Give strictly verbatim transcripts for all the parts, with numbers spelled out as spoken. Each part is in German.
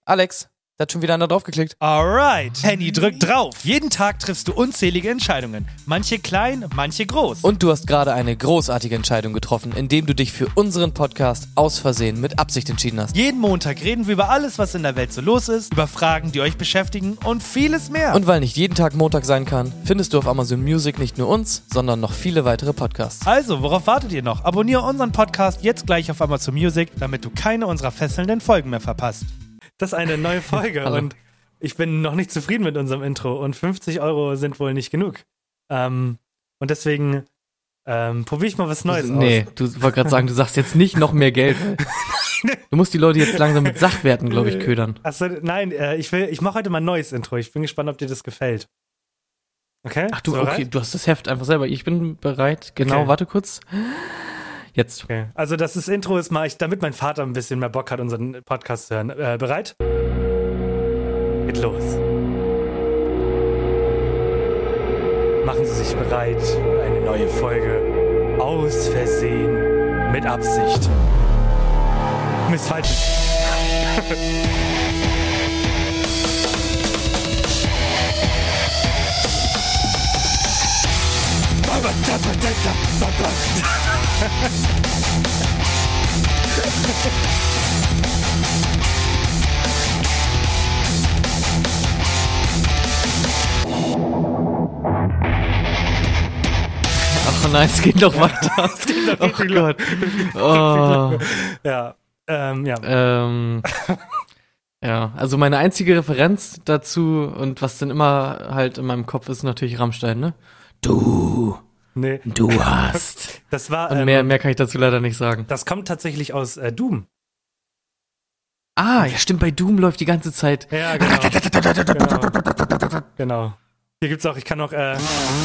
Alex, da hat schon wieder einer draufgeklickt. Alright, Henny drückt drauf. Jeden Tag triffst du unzählige Entscheidungen. Manche klein, manche groß. Und du hast gerade eine großartige Entscheidung getroffen, indem du dich für unseren Podcast aus Versehen mit Absicht entschieden hast. Jeden Montag reden wir über alles, was in der Welt so los ist, über Fragen, die euch beschäftigen und vieles mehr. Und weil nicht jeden Tag Montag sein kann, findest du auf Amazon Music nicht nur uns, sondern noch viele weitere Podcasts. Also, worauf wartet ihr noch? Abonniere unseren Podcast jetzt gleich auf Amazon Music, damit du keine unserer fesselnden Folgen mehr verpasst. Das ist eine neue Folge und ich bin noch nicht zufrieden mit unserem Intro und fünfzig Euro sind wohl nicht genug. Ähm, und deswegen ähm, probiere ich mal was Neues du, nee, aus. Nee, du wolltest gerade sagen, du sagst jetzt nicht noch mehr Geld. Du musst die Leute jetzt langsam mit Sachwerten, glaube ich, ködern. Achso, nein, äh, ich will, ich mache heute mal ein neues Intro. Ich bin gespannt, ob dir das gefällt. Okay? Ach du, okay, du hast das Heft einfach selber. Ich bin bereit. Genau, okay. Warte kurz. Jetzt. Okay. Also das ist Intro ist mal, ich, damit mein Vater ein bisschen mehr Bock hat, unseren Podcast zu hören. Äh, bereit? Geht los. Machen Sie sich bereit für eine neue Folge. Aus Versehen. Mit Absicht. Mist, falsch. Ach nein, es geht noch weiter. Es geht noch oh Gott. Oh. Ja, ähm, ja. Ähm, ja, also meine einzige Referenz dazu und was dann immer halt in meinem Kopf ist, natürlich Rammstein, ne? Du. Nee. Du hast. Das war, und ähm, mehr, mehr kann ich dazu leider nicht sagen. Das kommt tatsächlich aus äh, Doom. Ah, ja stimmt, bei Doom läuft die ganze Zeit. Ja, genau. genau. genau. Hier gibt's auch, ich kann noch, äh...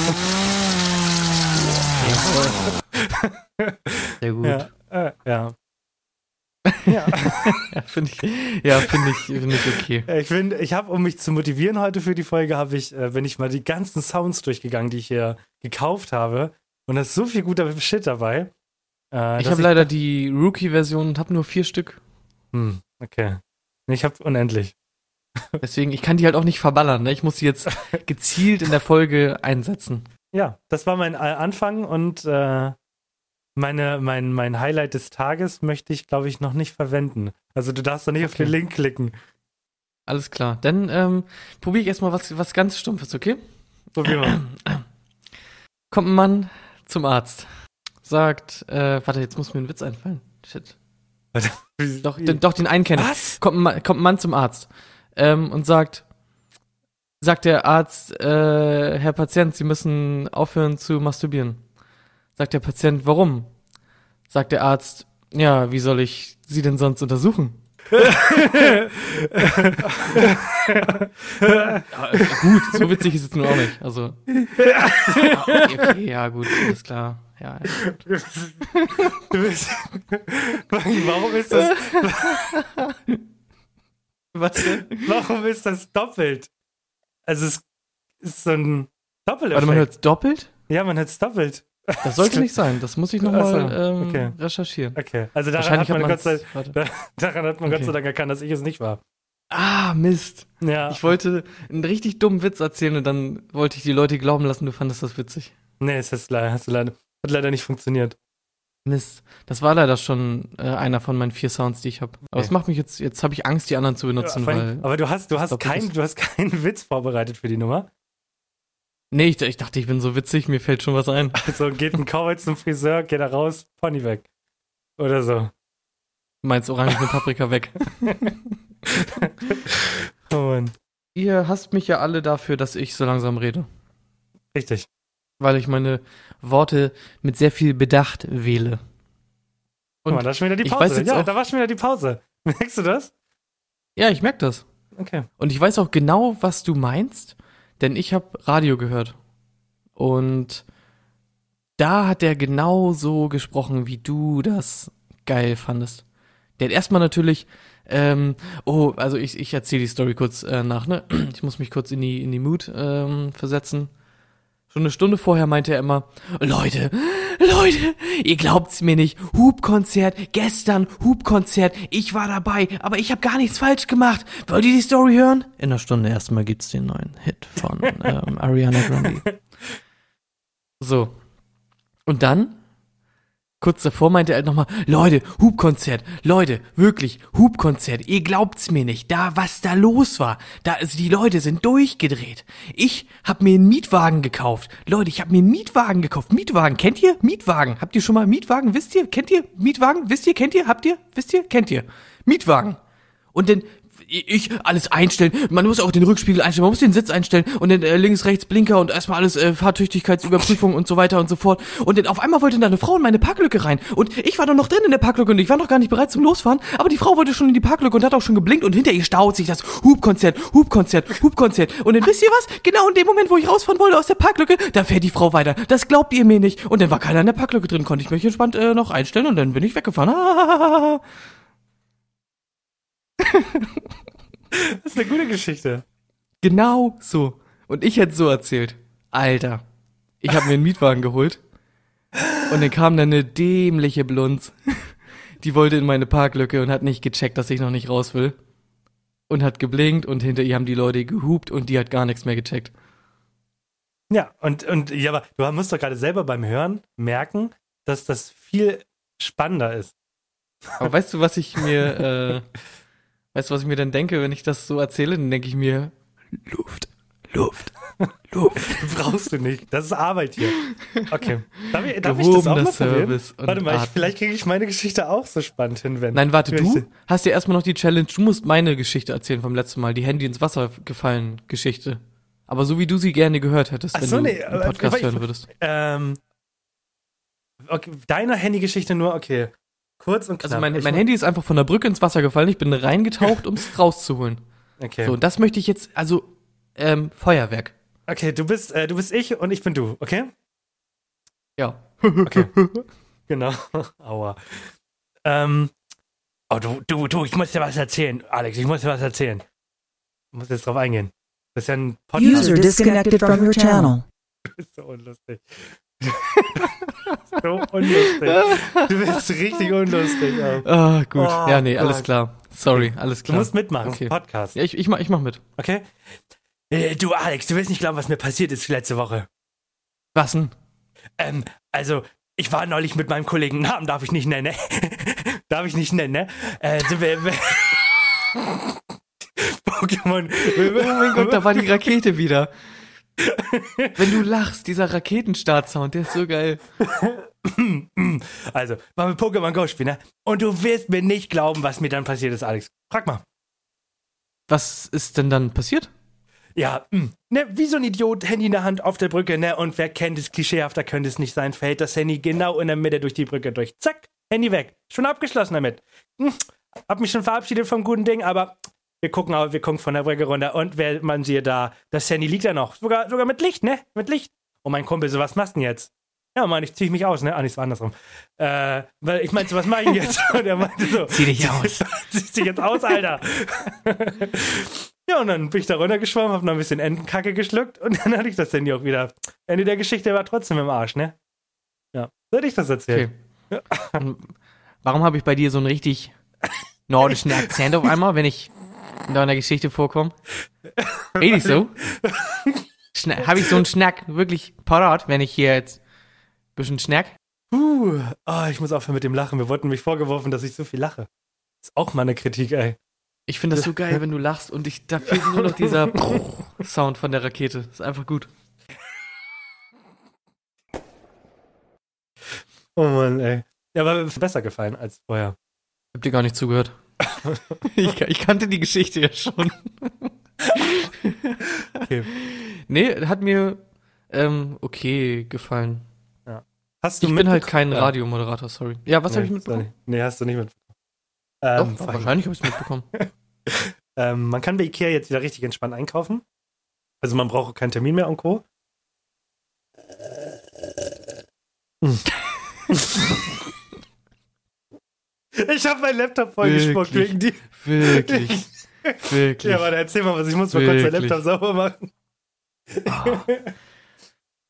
Sehr gut. Ja, äh, ja. Ja, ja finde ich, ja, finde ich, finde ich okay. Ich finde, ich habe, um mich zu motivieren heute für die Folge, habe ich, äh, bin ich mal die ganzen Sounds durchgegangen, die ich hier gekauft habe. Und da ist so viel guter Shit dabei. Äh, ich habe leider die Rookie-Version und habe nur vier Stück. Hm, okay. Ich habe unendlich. Deswegen, ich kann die halt auch nicht verballern, ne? Ich muss die jetzt gezielt in der Folge einsetzen. Ja, das war mein äh, Anfang und äh, Meine, mein, mein Highlight des Tages möchte ich, glaube ich, noch nicht verwenden. Also du darfst doch nicht okay. auf den Link klicken. Alles klar. Dann ähm, probiere ich erstmal was, was ganz Stumpfes, okay? Probier mal. Kommt ein Mann zum Arzt. Sagt, äh, warte, jetzt muss mir ein Witz einfallen. Shit. doch, den, doch, den einen kenne ich. Was? Kommt ein, Mann, kommt ein Mann zum Arzt ähm, und sagt, sagt der Arzt, äh, Herr Patient, Sie müssen aufhören zu masturbieren. Sagt der Patient, warum? Sagt der Arzt, ja, wie soll ich Sie denn sonst untersuchen? ja, gut, so witzig ist es nun auch nicht. Also, ja, okay, okay, ja gut, alles klar. Ja, ja, gut. Du bist, warum ist das? Was denn? Warum ist das doppelt? Also es ist so ein Doppeleffekt. Warte, man hört es doppelt? Ja, man hört es doppelt. Das sollte nicht sein, das muss ich nochmal so, ähm, okay. recherchieren. Okay, also daran hat man, Gott sei, daran hat man okay. Gott sei Dank erkannt, dass ich es nicht war. Ah, Mist. Ja. Ich wollte einen richtig dummen Witz erzählen und dann wollte ich die Leute glauben lassen, du fandest das witzig. Nee, es ist leider, hast du leider, hat leider nicht funktioniert. Mist. Das war leider schon äh, einer von meinen vier Sounds, die ich habe. Aber es okay. macht mich jetzt, jetzt habe ich Angst, die anderen zu benutzen. Ja, weil aber du hast, du hast kein, du hast keinen Witz vorbereitet für die Nummer. Nee, ich, ich dachte, ich bin so witzig, mir fällt schon was ein. Also geht ein Cowboy zum Friseur, geht da raus, Pony weg. Oder so. Du meinst orange mit Paprika weg. Oh Mann. Ihr hasst mich ja alle dafür, dass ich so langsam rede. Richtig. Weil ich meine Worte mit sehr viel Bedacht wähle. Und Guck mal, da ist schon wieder die Pause. Ja, da war schon wieder die Pause. Merkst du das? Ja, ich merk das. Okay. Und ich weiß auch genau, was du meinst. Denn ich habe Radio gehört und da hat er genau so gesprochen, wie du das geil fandest. Der hat erstmal natürlich, ähm, oh, also ich, ich erzähle die Story kurz äh, nach, ne? Ich muss mich kurz in die in die Mood ähm, versetzen. Schon eine Stunde vorher meinte er immer, Leute, Leute, ihr glaubt's mir nicht, Hupkonzert, gestern Hupkonzert, ich war dabei, aber ich habe gar nichts falsch gemacht. Wollt ihr die Story hören? In einer Stunde erstmal gibt's den neuen Hit von ähm, Ariana Grande. So. Und dann, kurz davor meinte er halt nochmal, Leute, Hupkonzert, Leute, wirklich, Hupkonzert, ihr glaubt's mir nicht, da, was da los war, da, also die Leute sind durchgedreht. Ich hab mir einen Mietwagen gekauft. Leute, ich hab mir einen Mietwagen gekauft. Mietwagen, kennt ihr? Mietwagen. Habt ihr schon mal Mietwagen? Wisst ihr? Kennt ihr? Mietwagen? Wisst ihr? Kennt ihr? Habt ihr? Wisst ihr? Kennt ihr? Mietwagen. Und dann ich alles einstellen, man muss auch den Rückspiegel einstellen, man muss den Sitz einstellen und dann äh, links, rechts Blinker und erstmal alles äh, Fahrtüchtigkeitsüberprüfung und so weiter und so fort. Und dann auf einmal wollte da eine Frau in meine Parklücke rein und ich war doch noch drin in der Parklücke und ich war noch gar nicht bereit zum Losfahren, aber die Frau wollte schon in die Parklücke und hat auch schon geblinkt und hinter ihr staut sich das Hupkonzert, Hupkonzert, Hupkonzert. Und dann wisst ihr was? Genau in dem Moment, wo ich rausfahren wollte aus der Parklücke, da fährt die Frau weiter. Das glaubt ihr mir nicht. Und dann war keiner in der Parklücke drin, konnte ich mich entspannt äh, noch einstellen und dann bin ich weggefahren. Das ist eine gute Geschichte. Genau so. Und ich hätte so erzählt. Alter, ich habe mir einen Mietwagen geholt und dann kam da eine dämliche Blunz. Die wollte in meine Parklücke und hat nicht gecheckt, dass ich noch nicht raus will. Und hat geblinkt und hinter ihr haben die Leute gehupt und die hat gar nichts mehr gecheckt. Ja, und, und ja, aber du musst doch gerade selber beim Hören merken, dass das viel spannender ist. Aber weißt du, was ich mir... Äh, Weißt du, was ich mir dann denke, wenn ich das so erzähle? Dann denke ich mir, Luft, Luft, Luft. Brauchst du nicht. Das ist Arbeit hier. Okay. Darf ich, darf ich das auch mal probieren? Warte mal, ich, vielleicht kriege ich meine Geschichte auch so spannend hin, wenn... Nein, warte, du hast ja erstmal noch die Challenge, du musst meine Geschichte erzählen vom letzten Mal, die Handy ins Wasser gefallen Geschichte. Aber so wie du sie gerne gehört hättest, Ach wenn so, du nee, einen Podcast ich, hören würdest. Ähm, okay, deine Handygeschichte nur, okay. Kurz und knapp. Also mein, mein Handy ist einfach von der Brücke ins Wasser gefallen. Ich bin reingetaucht, um es rauszuholen. Okay. So, und das möchte ich jetzt, also, ähm, Feuerwerk. Okay, du bist, äh, du bist ich und ich bin du, okay? Ja. Okay. Genau. Aua. Ähm, oh, du, du, du, ich muss dir was erzählen, Alex, ich muss dir was erzählen. Ich muss jetzt drauf eingehen. Das ist ja ein Podcast. User disconnected from your channel. Du bist so unlustig. So unlustig. Du bist richtig unlustig. Ah, gut. Oh, ja, nee, alles Gott. klar. Sorry, alles klar. Du musst mitmachen, okay. Podcast. Ja, ich, ich, mach, ich mach mit. Okay? Äh, du, Alex, du willst nicht glauben, was mir passiert ist letzte Woche. Was denn? Ähm, also, ich war neulich mit meinem Kollegen, Namen darf ich nicht nennen, ne? Darf ich nicht nennen, ne? Äh, sind wir, wir Pokémon. Oh mein Gott, da war die Rakete wieder. Wenn du lachst, dieser Raketenstartsound, der ist so geil. Also, waren wir Pokémon Go spielen, ne? Und du wirst mir nicht glauben, was mir dann passiert ist, Alex. Frag mal. Was ist denn dann passiert? Ja, mh. ne, wie so ein Idiot, Handy in der Hand auf der Brücke, ne? Und wer kennt es, klischeehafter könnte es nicht sein, fällt das Handy genau in der Mitte durch die Brücke durch. Zack, Handy weg. Schon abgeschlossen damit. Hm. Hab mich schon verabschiedet vom guten Ding, aber wir gucken, aber wir gucken von der Brücke runter und wer man sieht da, das Handy liegt da noch. Sogar, sogar mit Licht, ne? Mit Licht. Und mein Kumpel so, was machst du denn jetzt? Ja, Mann, ich zieh mich aus, ne? Ah, nicht so andersrum. Äh, weil ich meinte, was mach ich denn jetzt? Und er meinte so, zieh dich aus. Zieh dich jetzt aus, Alter. Ja, und dann bin ich da runtergeschwommen, hab noch ein bisschen Entenkacke geschluckt und dann hatte ich das Handy auch wieder. Ende der Geschichte war trotzdem im Arsch, ne? Ja. Soll ich das erzählen? Okay. Ja. Warum habe ich bei dir so einen richtig nordischen Akzent auf einmal, wenn ich in deiner Geschichte vorkomme? Rede ich so? Habe ich so einen Schnack wirklich parat, wenn ich hier jetzt ein bisschen schnack? Uh, oh, ich muss aufhören mit dem Lachen. Wir wurden mich vorgeworfen, dass ich so viel lache. Ist auch mal eine Kritik, ey. Ich finde das so geil, wenn du lachst und ich, da fehlt nur noch dieser Sound von der Rakete. Das ist einfach gut. Oh Mann, ey. Ja, aber besser gefallen als vorher. Ich hab dir gar nicht zugehört. ich, ich kannte die Geschichte ja schon. Okay. Nee, hat mir ähm, okay gefallen. Ja. Hast du ich bin halt kein Radiomoderator, sorry. Ja, was nee, habe ich mitbekommen? Nee, hast du nicht mitbekommen. Ähm, Doch, wahrscheinlich habe ich es mitbekommen. ähm, man kann bei Ikea jetzt wieder richtig entspannt einkaufen. Also man braucht keinen Termin mehr und Co. Ich habe meinen Laptop vollgespuckt wegen dir. Wirklich. Wirklich. Ja, warte, erzähl mal was. Ich muss mal kurz meinen Laptop sauber machen. Oh.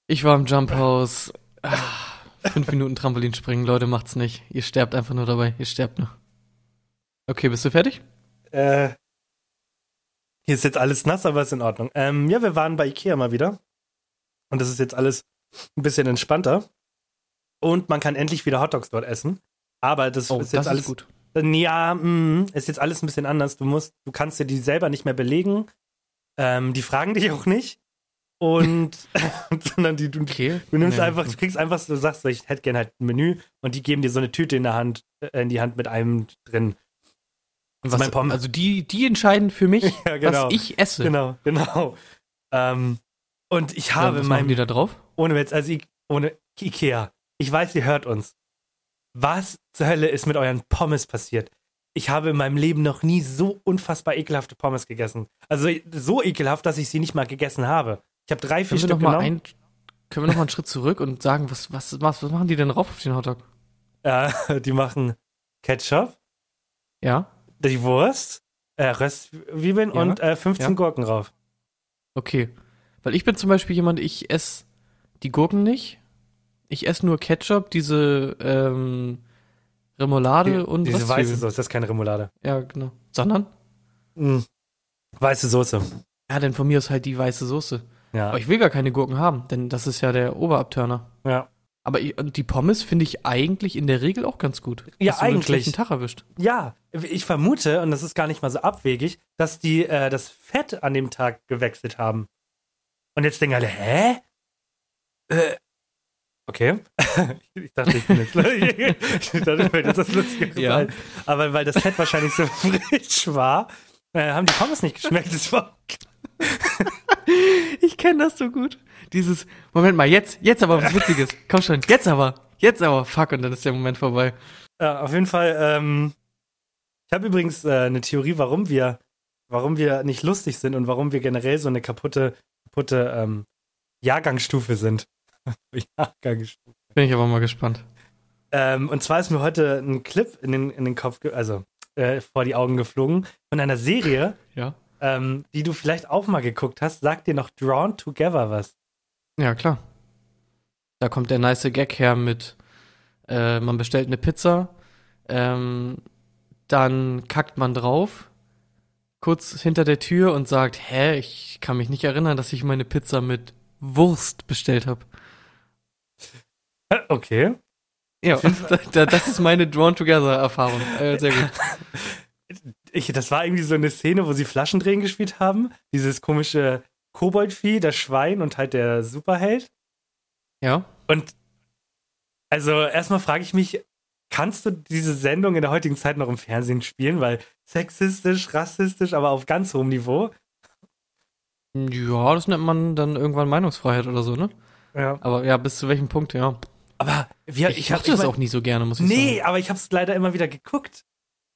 Ich war im Jump House. Ah, fünf Minuten Trampolinspringen, Leute, macht's nicht. Ihr sterbt einfach nur dabei. Ihr sterbt nur. Okay, bist du fertig? Äh, hier ist jetzt alles nass, aber ist in Ordnung. Ähm, ja, wir waren bei Ikea mal wieder. Und das ist jetzt alles ein bisschen entspannter. Und man kann endlich wieder Hotdogs dort essen. Aber das Oh, ist jetzt das alles. ist gut. Ja, mh, ist jetzt alles ein bisschen anders. Du musst, du kannst dir die selber nicht mehr belegen. Ähm, die fragen dich auch nicht. Und sondern die, du, Okay. du nimmst Nee. einfach, du kriegst einfach, du sagst so, ich hätte gerne halt ein Menü und die geben dir so eine Tüte in der Hand, äh, in die Hand mit einem drin. Und Das ist was, mein Pommes. also die, die entscheiden für mich, Ja, genau. was ich esse. Genau, genau. Ähm, und ich Ja, habe was in machen meinem, die da drauf? ohne Witz, also ich, ohne Ikea, ich weiß, ihr hört uns. Was zur Hölle ist mit euren Pommes passiert? Ich habe in meinem Leben noch nie so unfassbar ekelhafte Pommes gegessen. Also so ekelhaft, dass ich sie nicht mal gegessen habe. Ich habe drei, vier Können wir Stück noch mal genommen. ein, können wir noch mal einen Schritt zurück und sagen, was, was, was, was machen die denn drauf auf den Hotdog? Äh, die machen Ketchup, Ja, die Wurst, äh, Röstzwiebeln Ja, und äh, fünfzehn ja. Gurken drauf. okay. Weil ich bin zum Beispiel jemand, ich esse die Gurken nicht. Ich esse nur Ketchup, diese ähm, Remoulade Die, und diese Röstzwiebeln. weiße Soße, das ist keine Remoulade. Ja, genau. Sondern? Mm. Weiße Soße. Ja, denn von mir ist halt die weiße Soße. Ja. Aber ich will gar keine Gurken haben, denn das ist ja der Oberabturner. ja. Aber ich, und die Pommes finde ich eigentlich in der Regel auch ganz gut. Ja, Hast du nur einen eigentlich. schlechten Tag erwischt. Ja, ich vermute, und das ist gar nicht mal so abwegig, dass die äh, das Fett an dem Tag gewechselt haben. Und jetzt denken alle, hä? Äh, okay. ich dachte, ich bin jetzt ich dachte, mir das ist lustig. Ja. Aber weil das Fett wahrscheinlich so frisch war, äh, haben die Pommes nicht geschmeckt. Das war Ich kenne das so gut. Dieses, Moment mal, jetzt, jetzt aber was Witziges. Komm schon, jetzt aber, jetzt aber, fuck, und dann ist der Moment vorbei. Ja, auf jeden Fall. Ähm, ich habe übrigens äh, eine Theorie, warum wir, warum wir nicht lustig sind und warum wir generell so eine kaputte, kaputte ähm, Jahrgangsstufe sind. Jahrgangsstufe. Bin ich aber mal gespannt. Ähm, und zwar ist mir heute ein Clip in den, in den Kopf, ge- also äh, vor die Augen geflogen von einer Serie, Ja? ähm, die du vielleicht auch mal geguckt hast. Sagt dir noch Drawn Together was? Ja, klar. Da kommt der nice Gag her mit, äh, man bestellt eine Pizza, ähm, dann kackt man drauf, kurz hinter der Tür und sagt, hä, ich kann mich nicht erinnern, dass ich meine Pizza mit Wurst bestellt habe. Äh, Okay. Ja, da, das ist meine Drawn-Together-Erfahrung. Äh, sehr gut. Ich, das war irgendwie so eine Szene, wo sie Flaschendrehen gespielt haben. Dieses komische Koboldvieh, das Schwein und halt der Superheld. Ja? Und also erstmal frage ich mich, kannst du diese Sendung in der heutigen Zeit noch im Fernsehen spielen? Weil sexistisch, rassistisch, aber auf ganz hohem Niveau. Ja, das nennt man dann irgendwann Meinungsfreiheit oder so, ne? Ja. Aber ja, bis zu welchem Punkt, ja. Aber wir, Ich, ich, ich hab mochte das mein- auch nie so gerne, muss ich Nee, sagen. aber ich habe es leider immer wieder geguckt.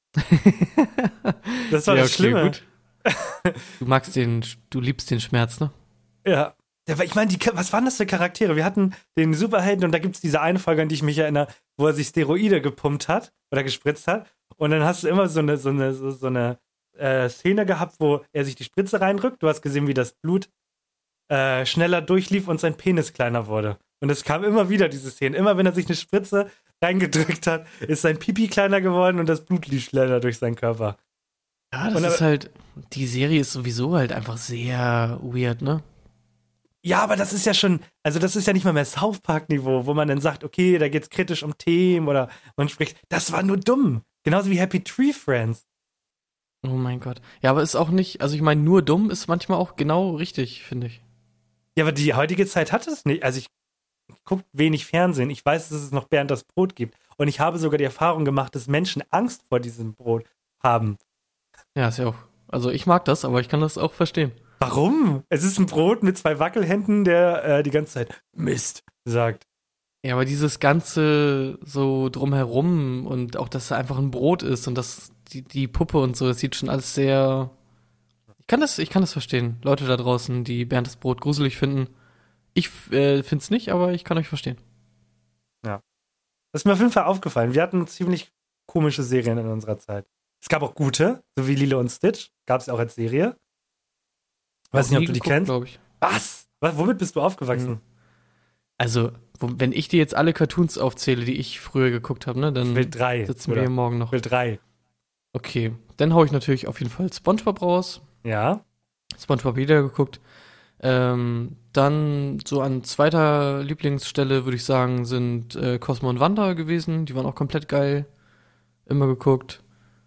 Das war Ja, das okay, Schlimme. gut. Du magst den, du liebst den Schmerz, ne? Ja. Ja, weil ich meine, die, was waren das für Charaktere? Wir hatten den Superhelden und da gibt es diese eine Folge, an die ich mich erinnere, wo er sich Steroide gepumpt hat oder gespritzt hat. Und dann hast du immer so eine, so eine, so, so eine äh, Szene gehabt, wo er sich die Spritze reindrückt. Du hast gesehen, wie das Blut äh, schneller durchlief und sein Penis kleiner wurde. Und es kam immer wieder, diese Szene. Immer wenn er sich eine Spritze reingedrückt hat, ist sein Pipi kleiner geworden und das Blut lief schneller durch seinen Körper. Ja, das Und ist halt, die Serie ist sowieso halt einfach sehr weird, ne? Ja, aber das ist ja schon, also das ist ja nicht mal mehr South Park-Niveau, wo man dann sagt, okay, da geht's kritisch um Themen oder man spricht, das war nur dumm. Genauso wie Happy Tree Friends. Oh mein Gott. Ja, aber ist auch nicht, also ich meine, nur dumm ist manchmal auch genau richtig, finde ich. Ja, aber die heutige Zeit hat es nicht. Also ich gucke wenig Fernsehen. Ich weiß, dass es noch Bernd das Brot gibt. Und ich habe sogar die Erfahrung gemacht, dass Menschen Angst vor diesem Brot haben. Ja, ist ja auch, also ich mag das, aber ich kann das auch verstehen. Warum? Es ist ein Brot mit zwei Wackelhänden, der äh, die ganze Zeit Mist sagt. Ja, aber dieses ganze so drumherum und auch, dass es einfach ein Brot ist und das, die, die Puppe und so, das sieht schon alles sehr, ich kann das, ich kann das verstehen. Leute da draußen, die Bernd das Brot gruselig finden. Ich äh, find's nicht, aber ich kann euch verstehen. Das ist mir auf jeden Fall aufgefallen. Wir hatten ziemlich komische Serien in unserer Zeit. Es gab auch gute, so wie Lilo und Stitch. Gab es auch als Serie. Weiß nicht, ob du die kennst. glaube ich. Was? Was? Womit bist du aufgewachsen? Also, wo, wenn ich dir jetzt alle Cartoons aufzähle, die ich früher geguckt habe, ne, Ich dann will drei. sitzen wir oder? hier morgen noch. Ich will drei. Okay, dann hau ich natürlich auf jeden Fall SpongeBob raus. Ja. SpongeBob wieder geguckt. Ähm, dann so an zweiter Lieblingsstelle würde ich sagen, sind äh, Cosmo und Wanda gewesen. Die waren auch komplett geil. Immer geguckt.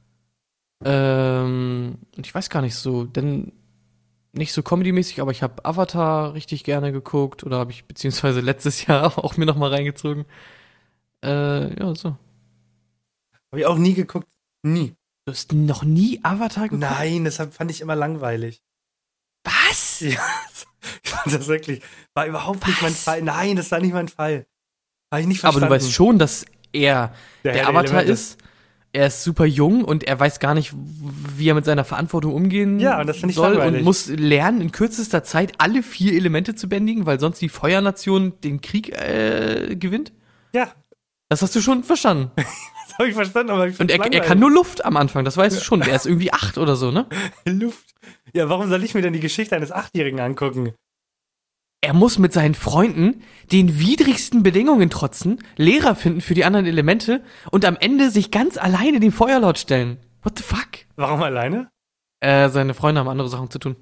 Ähm, und ich weiß gar nicht so, denn nicht so comedy-mäßig, aber ich habe Avatar richtig gerne geguckt oder habe ich beziehungsweise letztes Jahr auch mir noch mal reingezogen. Äh, ja, so. Habe ich auch nie geguckt. Nie. Du hast noch nie Avatar geguckt? Nein, das fand ich immer langweilig. Was? Ja, ich fand das wirklich, war überhaupt nicht Was? mein Fall. Nein, das war nicht mein Fall. Habe ich nicht Aber verstanden. du weißt schon, dass er Der der, Herr der Avatar Elemente. ist. Er ist super jung und er weiß gar nicht, wie er mit seiner Verantwortung umgehen Ja, und das finde ich soll langweilig. und muss lernen, in kürzester Zeit alle vier Elemente zu bändigen, weil sonst die Feuernation den Krieg äh, gewinnt. Ja, Das hast du schon verstanden. das habe ich verstanden, aber ich Und find's er, er kann nur Luft am Anfang, das weißt du schon. Er ist irgendwie acht oder so, ne? langweilig. Luft. Ja, warum soll ich mir denn die Geschichte eines Achtjährigen angucken? Er muss mit seinen Freunden den widrigsten Bedingungen trotzen, Lehrer finden für die anderen Elemente und am Ende sich ganz alleine dem Feuerlord stellen. What the fuck? Warum alleine? Äh, seine Freunde haben andere Sachen zu tun.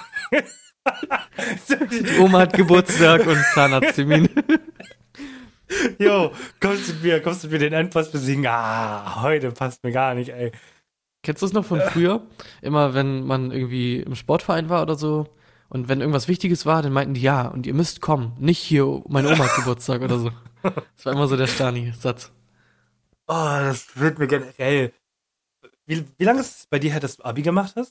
Die Oma hat Geburtstag und Zahnarzttermin. Jo, kommst du mit mir, kommst du mit mir den Endboss besiegen? Ah, heute passt mir gar nicht, ey. Kennst du das noch von früher? Immer wenn man irgendwie im Sportverein war oder so und wenn irgendwas Wichtiges war, dann meinten die, ja, und ihr müsst kommen. Nicht hier, meine Oma hat Geburtstag oder so. Das war immer so der Stani-Satz. Oh, das wird mir generell. Wie, wie lange ist es bei dir her, dass du Abi gemacht hast?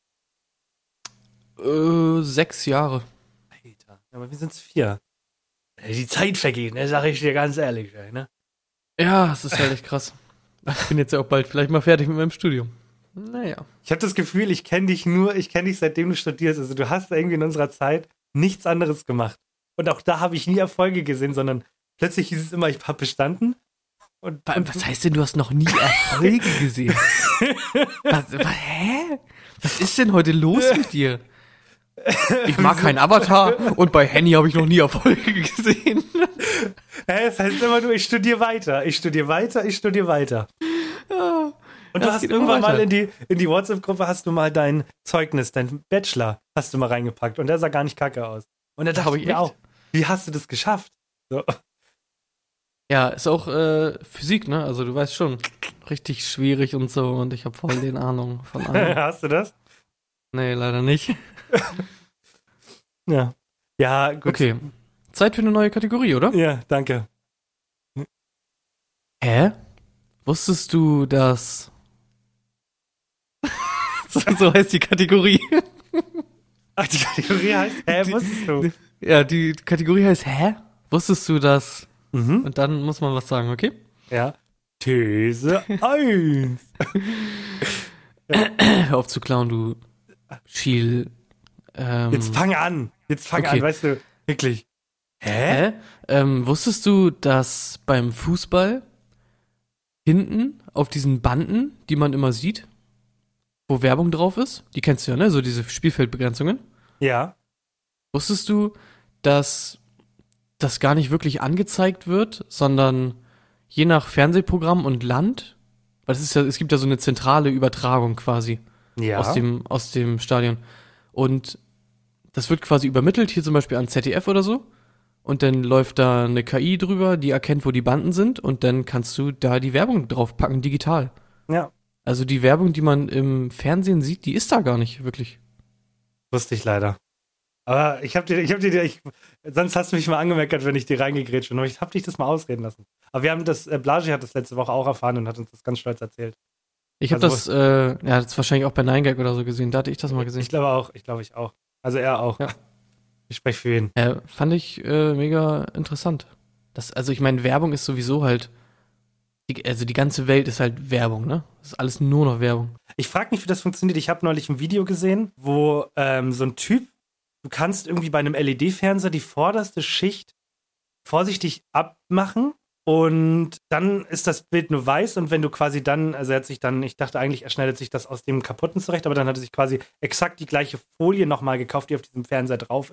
Äh, sechs Jahre. Alter, aber wir sind's vier. Ey, die Zeit vergeht, ne, sag ich dir ganz ehrlich, ey, ne? Ja, es ist halt echt krass. Ich bin jetzt ja auch bald vielleicht mal fertig mit meinem Studium. Naja. Ich habe das Gefühl, ich kenne dich nur, ich kenne dich seitdem du studierst. Also du hast irgendwie in unserer Zeit nichts anderes gemacht. Und auch da habe ich nie Erfolge gesehen, sondern plötzlich hieß es immer, ich habe bestanden. Und, Wa- und Was heißt denn, du hast noch nie Erfolge gesehen? Was, was, hä? Was ist denn heute los mit dir? Ich mag keinen Avatar und bei Henny habe ich noch nie Erfolge gesehen. Hä, es heißt immer nur, ich studiere weiter, ich studiere weiter, ich studiere weiter. Ja, Und du das hast geht immer irgendwann mal weiter. in die, in die WhatsApp-Gruppe hast du mal dein Zeugnis, dein Bachelor hast du mal reingepackt und der sah gar nicht kacke aus. Und da dachte Hab ich ich mir echt? auch, wie hast du das geschafft? So. Ja, ist auch äh, Physik, ne? Also du weißt schon, richtig schwierig und so und ich habe voll den Ahnung von allem. Hast du das? Nee, leider nicht. Ja. Ja, gut. Okay, Zeit für eine neue Kategorie, oder? Ja, danke. Hä? Wusstest du, dass... so, so heißt die Kategorie. Ach, die Kategorie heißt, hä, Die- wusstest du? Ja, die Kategorie heißt Hä? Wusstest du das? Mhm. Und dann muss man was sagen, okay? Ja. These eins. Hör auf zu klauen, du Schiel. Ähm, Jetzt fang an. Jetzt fang okay. an, weißt du, wirklich. Hä? Hä? Ähm, wusstest du, dass beim Fußball hinten auf diesen Banden, die man immer sieht, wo Werbung drauf ist, die kennst du ja, ne? So diese Spielfeldbegrenzungen. Ja. Wusstest du, dass das gar nicht wirklich angezeigt wird, sondern je nach Fernsehprogramm und Land, weil es ist ja, es gibt ja so eine zentrale Übertragung quasi Ja. aus dem, aus dem Stadion. Und das wird quasi übermittelt, hier zum Beispiel an Z D F oder so. Und dann läuft da eine K I drüber, die erkennt, wo die Banden sind. Und dann kannst du da die Werbung draufpacken, digital. Ja. Also die Werbung, die man im Fernsehen sieht, die ist da gar nicht wirklich. Wusste ich leider. Aber ich hab dir, ich hab dir, ich, sonst hast du mich mal angemeckert, wenn ich dir reingegrätscht bin. Aber ich hab dich das mal ausreden lassen. Aber wir haben das, äh, Blasi hat das letzte Woche auch erfahren und hat uns das ganz stolz erzählt. Ich habe Also- das, äh, ja, das wahrscheinlich auch bei nine gag oder so gesehen. Da hatte ich das mal gesehen. Ich glaube auch, ich glaube ich auch. Also er auch. Ja. Ich spreche für ihn. Ja, fand ich äh, mega interessant. Das, also ich meine, Werbung ist sowieso halt, die, also die ganze Welt ist halt Werbung, ne? Das ist alles nur noch Werbung. Ich frage mich, wie das funktioniert. Ich habe neulich ein Video gesehen, wo ähm, so ein Typ, du kannst irgendwie bei einem L E D-Fernseher die vorderste Schicht vorsichtig abmachen und dann ist das Bild nur weiß und wenn du quasi dann, also er hat sich dann, ich dachte eigentlich, er schneidet sich das aus dem kaputten zurecht, aber dann hat er sich quasi exakt die gleiche Folie nochmal gekauft, die auf diesem Fernseher drauf ist,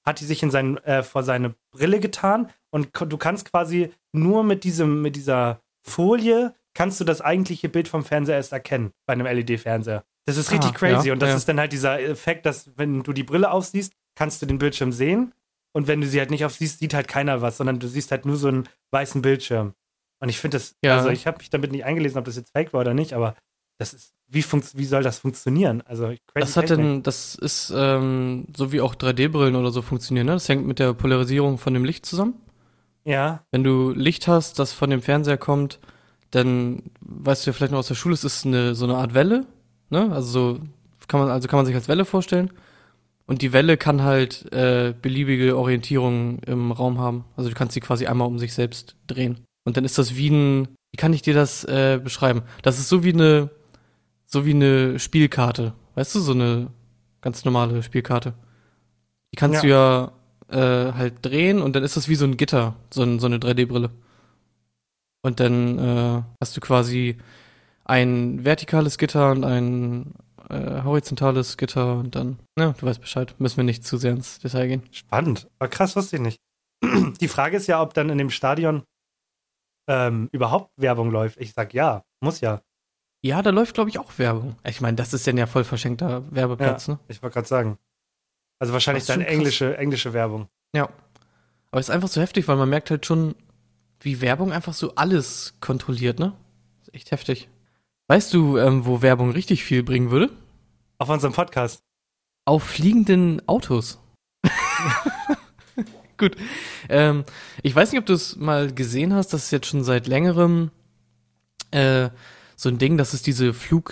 hat die sich in seinen, äh, vor seine Brille getan und ko- du kannst quasi nur mit diesem, mit dieser Folie kannst du das eigentliche Bild vom Fernseher erst erkennen, bei einem L E D-Fernseher. Das ist richtig Ah, crazy ja, und das ja. ist dann halt dieser Effekt, dass wenn du die Brille aufsiehst, kannst du den Bildschirm sehen und wenn du sie halt nicht aufsiehst, sieht halt keiner was, sondern du siehst halt nur so einen weißen Bildschirm. Und ich finde das, Ja. also ich habe mich damit nicht eingelesen, ob das jetzt fake war oder nicht, aber das ist, wie, funkt, wie soll das funktionieren? Also crazy Das hat Technik. denn, das ist ähm, so wie auch drei D-Brillen oder so funktionieren, ne? Das hängt mit der Polarisierung von dem Licht zusammen. Ja, Wenn du Licht hast, das von dem Fernseher kommt, dann weißt du ja vielleicht noch aus der Schule, es ist eine, so eine Art Welle, ne? Also so kann man, also kann man sich als Welle vorstellen. Und die Welle kann halt äh, beliebige Orientierung im Raum haben. Also du kannst sie quasi einmal um sich selbst drehen. Und dann ist das wie ein, wie kann ich dir das äh, beschreiben? Das ist so wie eine, so wie eine Spielkarte. Weißt du, so eine ganz normale Spielkarte. Die kannst du ja äh, halt drehen und dann ist das wie so ein Gitter, so, ein, so eine drei D-Brille. Und dann äh, hast du quasi ein vertikales Gitter und ein äh, horizontales Gitter und dann, ja, du weißt Bescheid, müssen wir nicht zu sehr ins Detail gehen. spannend. Aber krass, wusste ich nicht. Die Frage ist ja, ob dann in dem Stadion ähm, überhaupt Werbung läuft. Ich sag ja, muss ja. Ja, da läuft, glaube ich, auch Werbung. Ich meine, das ist dann ja voll verschenkter Werbeplatz, ne? Ich wollte gerade sagen. Also wahrscheinlich Das ist dann schon krass. englische, englische Werbung. Ja. Aber es ist einfach so heftig, weil man merkt halt schon, wie Werbung einfach so alles kontrolliert, ne? Ist echt heftig. Weißt du, ähm, wo Werbung richtig viel bringen würde? Auf unserem Podcast. Auf fliegenden Autos. Gut. Ähm, ich weiß nicht, ob du es mal gesehen hast, das ist jetzt schon seit längerem äh, so ein Ding, dass es diese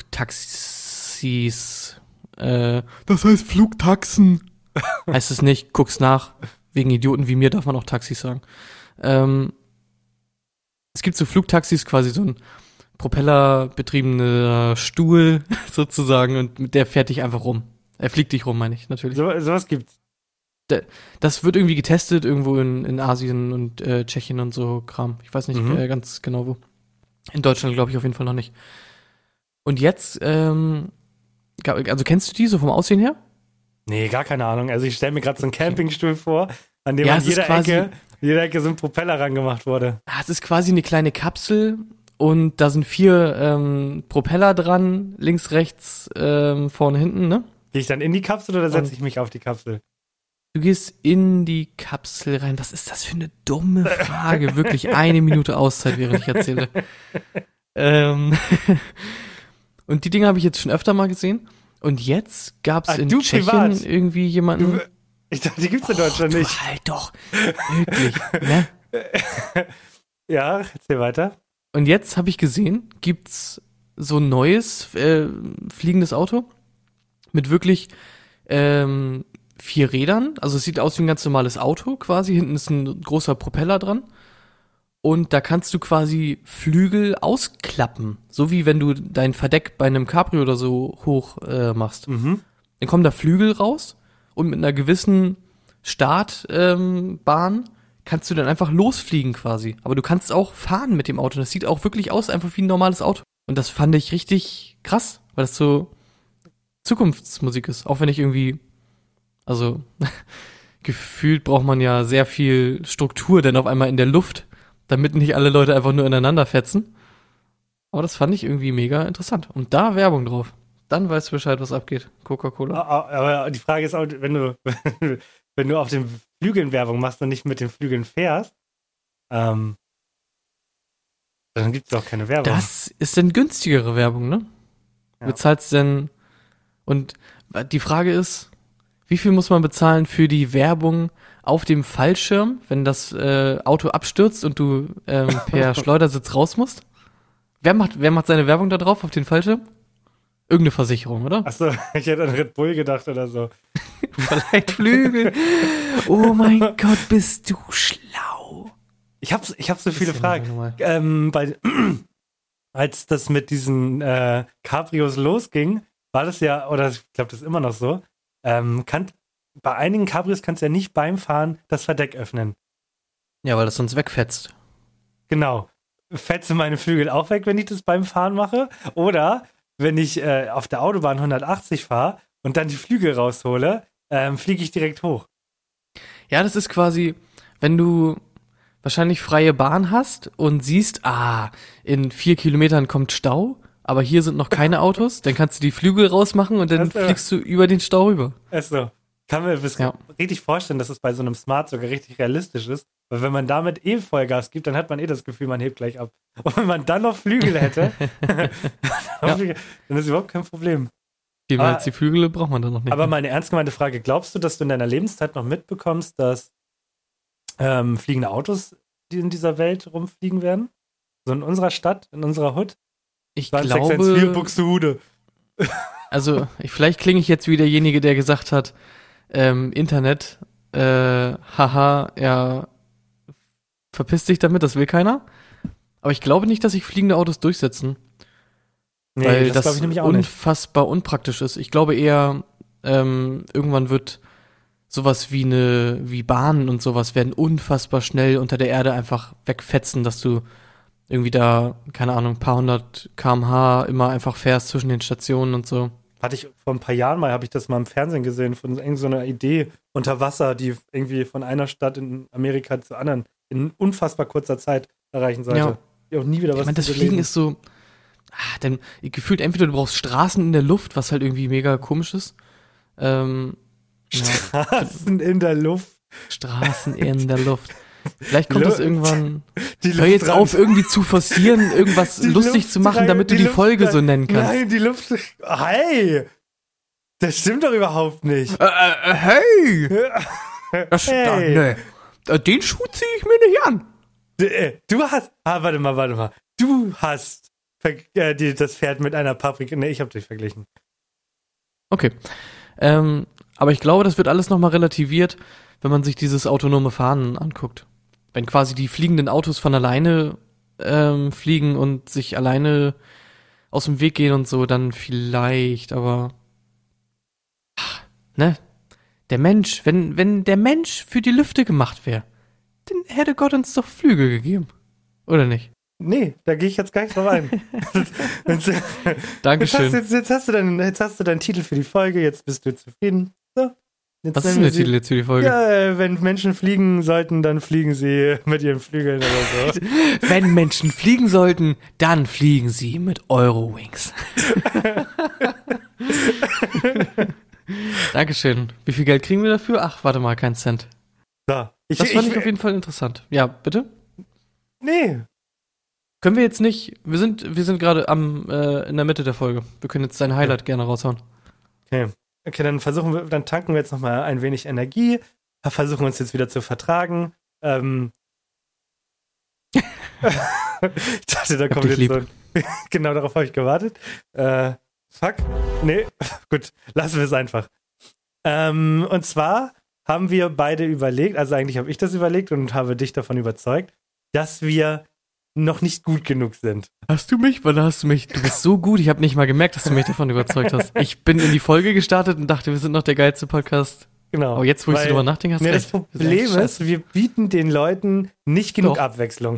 Flugtaxis, äh, das heißt Flugtaxen. Heißt es nicht, guck's nach. Wegen Idioten wie mir darf man auch Taxis sagen. Ähm, es gibt so Flugtaxis, quasi so ein propellerbetriebener Stuhl sozusagen und mit der fährt dich einfach rum. Er fliegt dich rum, meine ich, natürlich. So, sowas gibt's. Das wird irgendwie getestet irgendwo in, in Asien und äh, Tschechien und so Kram. Ich weiß nicht Mhm. äh, ganz genau wo. In Deutschland glaube ich auf jeden Fall noch nicht. Und jetzt, ähm, ga- also kennst du die so vom Aussehen her? Nee, gar keine Ahnung. Also ich stelle mir gerade so einen Campingstuhl vor, an dem Ja, an es ist jeder quasi- Ecke, jeder Ecke so ein Propeller rangemacht wurde. Ah, es ist quasi eine kleine Kapsel und da sind vier ähm, Propeller dran, links, rechts, ähm, vorne, hinten, ne? Gehe ich dann in die Kapsel oder setze Und- ich mich auf die Kapsel? Du gehst in die Kapsel rein. Was ist das für eine dumme Frage? Wirklich eine Minute Auszeit, während ich erzähle. ähm, und die Dinge habe ich jetzt schon öfter mal gesehen. Und jetzt gab es Ah, in du Tschechien privat? irgendwie jemanden. Du, ich dachte, die gibt's in Deutschland du nicht. halt doch. Wirklich. Ne? Ja, erzähl weiter. Und jetzt habe ich gesehen, gibt's so ein neues äh, fliegendes Auto mit wirklich ähm, vier Rädern. Also es sieht aus wie ein ganz normales Auto quasi. Hinten ist ein großer Propeller dran. Und da kannst du quasi Flügel ausklappen. So wie wenn du dein Verdeck bei einem Cabrio oder so hoch äh, machst. Mhm. Dann kommen da Flügel raus und mit einer gewissen Startbahn ähm, Bahn kannst du dann einfach losfliegen quasi. Aber du kannst auch fahren mit dem Auto. Das sieht auch wirklich aus, einfach wie ein normales Auto. Und das fand ich richtig krass, weil das so Zukunftsmusik ist. Auch wenn ich irgendwie, also gefühlt braucht man ja sehr viel Struktur, denn auf einmal in der Luft, damit nicht alle Leute einfach nur ineinander fetzen. Aber das fand ich irgendwie mega interessant. Und da Werbung drauf. Dann weißt du Bescheid, was abgeht. Coca-Cola. Aber die Frage ist auch, wenn du, wenn du auf den Flügeln Werbung machst und nicht mit den Flügeln fährst, ähm, dann gibt's doch keine Werbung. Das ist denn günstigere Werbung, ne? Ja. Bezahlst denn, und die Frage ist, wie viel muss man bezahlen für die Werbung auf dem Fallschirm, wenn das äh, Auto abstürzt und du ähm, per Schleudersitz raus musst? Wer macht, wer macht seine Werbung da drauf auf den Fallschirm? Irgendeine Versicherung, oder? Achso, ich hätte an Red Bull gedacht oder so. Verleiht Flügel. Oh mein Gott, bist du schlau. Ich hab, ich hab so viele Ist ja Fragen. normal. Ähm, bei, als das mit diesen äh, Cabrios losging, war das ja, oder ich glaube, das ist immer noch so, ähm, kann, bei einigen Cabrios kannst du ja nicht beim Fahren das Verdeck öffnen. Ja, weil das sonst wegfetzt. Genau. Fetze meine Flügel auch weg, wenn ich das beim Fahren mache? Oder wenn ich äh, auf der Autobahn hundertachtzig fahre und dann die Flügel raushole, ähm, fliege ich direkt hoch. Ja, das ist quasi, wenn du wahrscheinlich freie Bahn hast und siehst, ah, in vier Kilometern kommt Stau, aber hier sind noch keine Autos, dann kannst du die Flügel rausmachen und dann Also, fliegst du über den Stau rüber. Also, kann mir das Ja. richtig vorstellen, dass es bei so einem Smart sogar richtig realistisch ist. Weil wenn man damit eh Vollgas gibt, dann hat man eh das Gefühl, man hebt gleich ab. Und wenn man dann noch Flügel hätte, Ja. dann ist überhaupt kein Problem. Viel mehr Aber- als die Flügel braucht man dann noch nicht. Aber mal eine ernst gemeinte Frage, glaubst du, dass du in deiner Lebenszeit noch mitbekommst, dass ähm, fliegende Autos die in dieser Welt rumfliegen werden? So in unserer Stadt, in unserer Hood? ich vier, glaube, Buxtehude. also ich, vielleicht klinge ich jetzt wie derjenige, der gesagt hat, ähm, Internet, äh, haha, ja, verpiss dich damit, das will keiner. Aber ich glaube nicht, dass sich fliegende Autos durchsetzen. Nee, weil das das, glaube ich nämlich auch nicht. unfassbar unpraktisch ist. Ich glaube eher, ähm, irgendwann wird sowas wie eine, wie Bahnen und sowas werden unfassbar schnell unter der Erde einfach wegfetzen, dass du irgendwie da, keine Ahnung, ein paar hundert Kilometer pro Stunde immer einfach fährst zwischen den Stationen und so. Hatte ich vor ein paar Jahren mal, habe ich das mal im Fernsehen gesehen, von irgend so einer Idee unter Wasser, die irgendwie von einer Stadt in Amerika zur anderen in unfassbar kurzer Zeit erreichen sollte. Ja. Die auch nie wieder was Ich meine, das zu Fliegen belegen. ist so, ah, denn gefühlt entweder du brauchst Straßen in der Luft, was halt irgendwie mega komisch ist. Ähm, ja, Straßen in der Luft. Straßen in der Luft. Vielleicht kommt Lu- das irgendwann. Die Hör jetzt Luft auf, irgendwie zu forcieren, irgendwas Die lustig Luft zu machen, rein- damit du die die Luft Folge rein- so nennen kannst. Nein, die Luft. Hey! Das stimmt doch überhaupt nicht. Äh, äh, hey! Das, Hey. da, nee. Den Schuh ziehe ich mir nicht an. D- äh, Du hast. Ah, warte mal, warte mal. Du hast ver- äh, die, das Pferd mit einer Paprika. Nee, ich hab dich verglichen. Okay. Ähm, aber ich glaube, das wird alles nochmal relativiert, wenn man sich dieses autonome Fahren anguckt. Wenn quasi die fliegenden Autos von alleine ähm, fliegen und sich alleine aus dem Weg gehen und so, dann vielleicht, aber ach, ne? Der Mensch, wenn, wenn der Mensch für die Lüfte gemacht wäre, dann hätte Gott uns doch Flügel gegeben. Oder nicht? Nee, da gehe ich jetzt gar nicht drauf ein. jetzt, jetzt, Dankeschön. hast, jetzt, jetzt, hast du deinen, jetzt hast du deinen Titel für die Folge, jetzt bist du zufrieden. So, jetzt Was ist nennen denn wir der sie- Titel jetzt für die Folge? Ja, äh, wenn Menschen fliegen sollten, dann fliegen sie mit ihren Flügeln oder so. Wenn Menschen fliegen sollten, dann fliegen sie mit Eurowings. Dankeschön. Wie viel Geld kriegen wir dafür? Ach, warte mal, kein Cent. So, ich, Das fand ich, ich, auf jeden Fall interessant. Ja, bitte? nee, Können wir jetzt nicht, wir sind, wir sind gerade am, äh, in der Mitte der Folge. Wir können jetzt dein Highlight gerne raushauen. okay. Okay, dann versuchen wir, dann tanken wir jetzt nochmal ein wenig Energie, versuchen uns jetzt wieder zu vertragen. Ähm, ich dachte, da kommt dich jetzt so ein, genau darauf habe ich gewartet. Äh, fuck. Nee, gut, lassen wir es einfach. Ähm, und zwar haben wir beide überlegt, also eigentlich habe ich das überlegt und habe dich davon überzeugt, dass wir noch nicht gut genug sind. Hast du mich? Wann hast du mich? Du bist so gut, ich habe nicht mal gemerkt, dass du mich davon überzeugt hast. Ich bin in die Folge gestartet und dachte, wir sind noch der geilste Podcast. Genau. Aber jetzt, wo ich so Weil- drüber nachdenke, hast du Nee, das recht. Wir sind Problem echt scheiße. ist, wir bieten den Leuten nicht genug Doch. Abwechslung.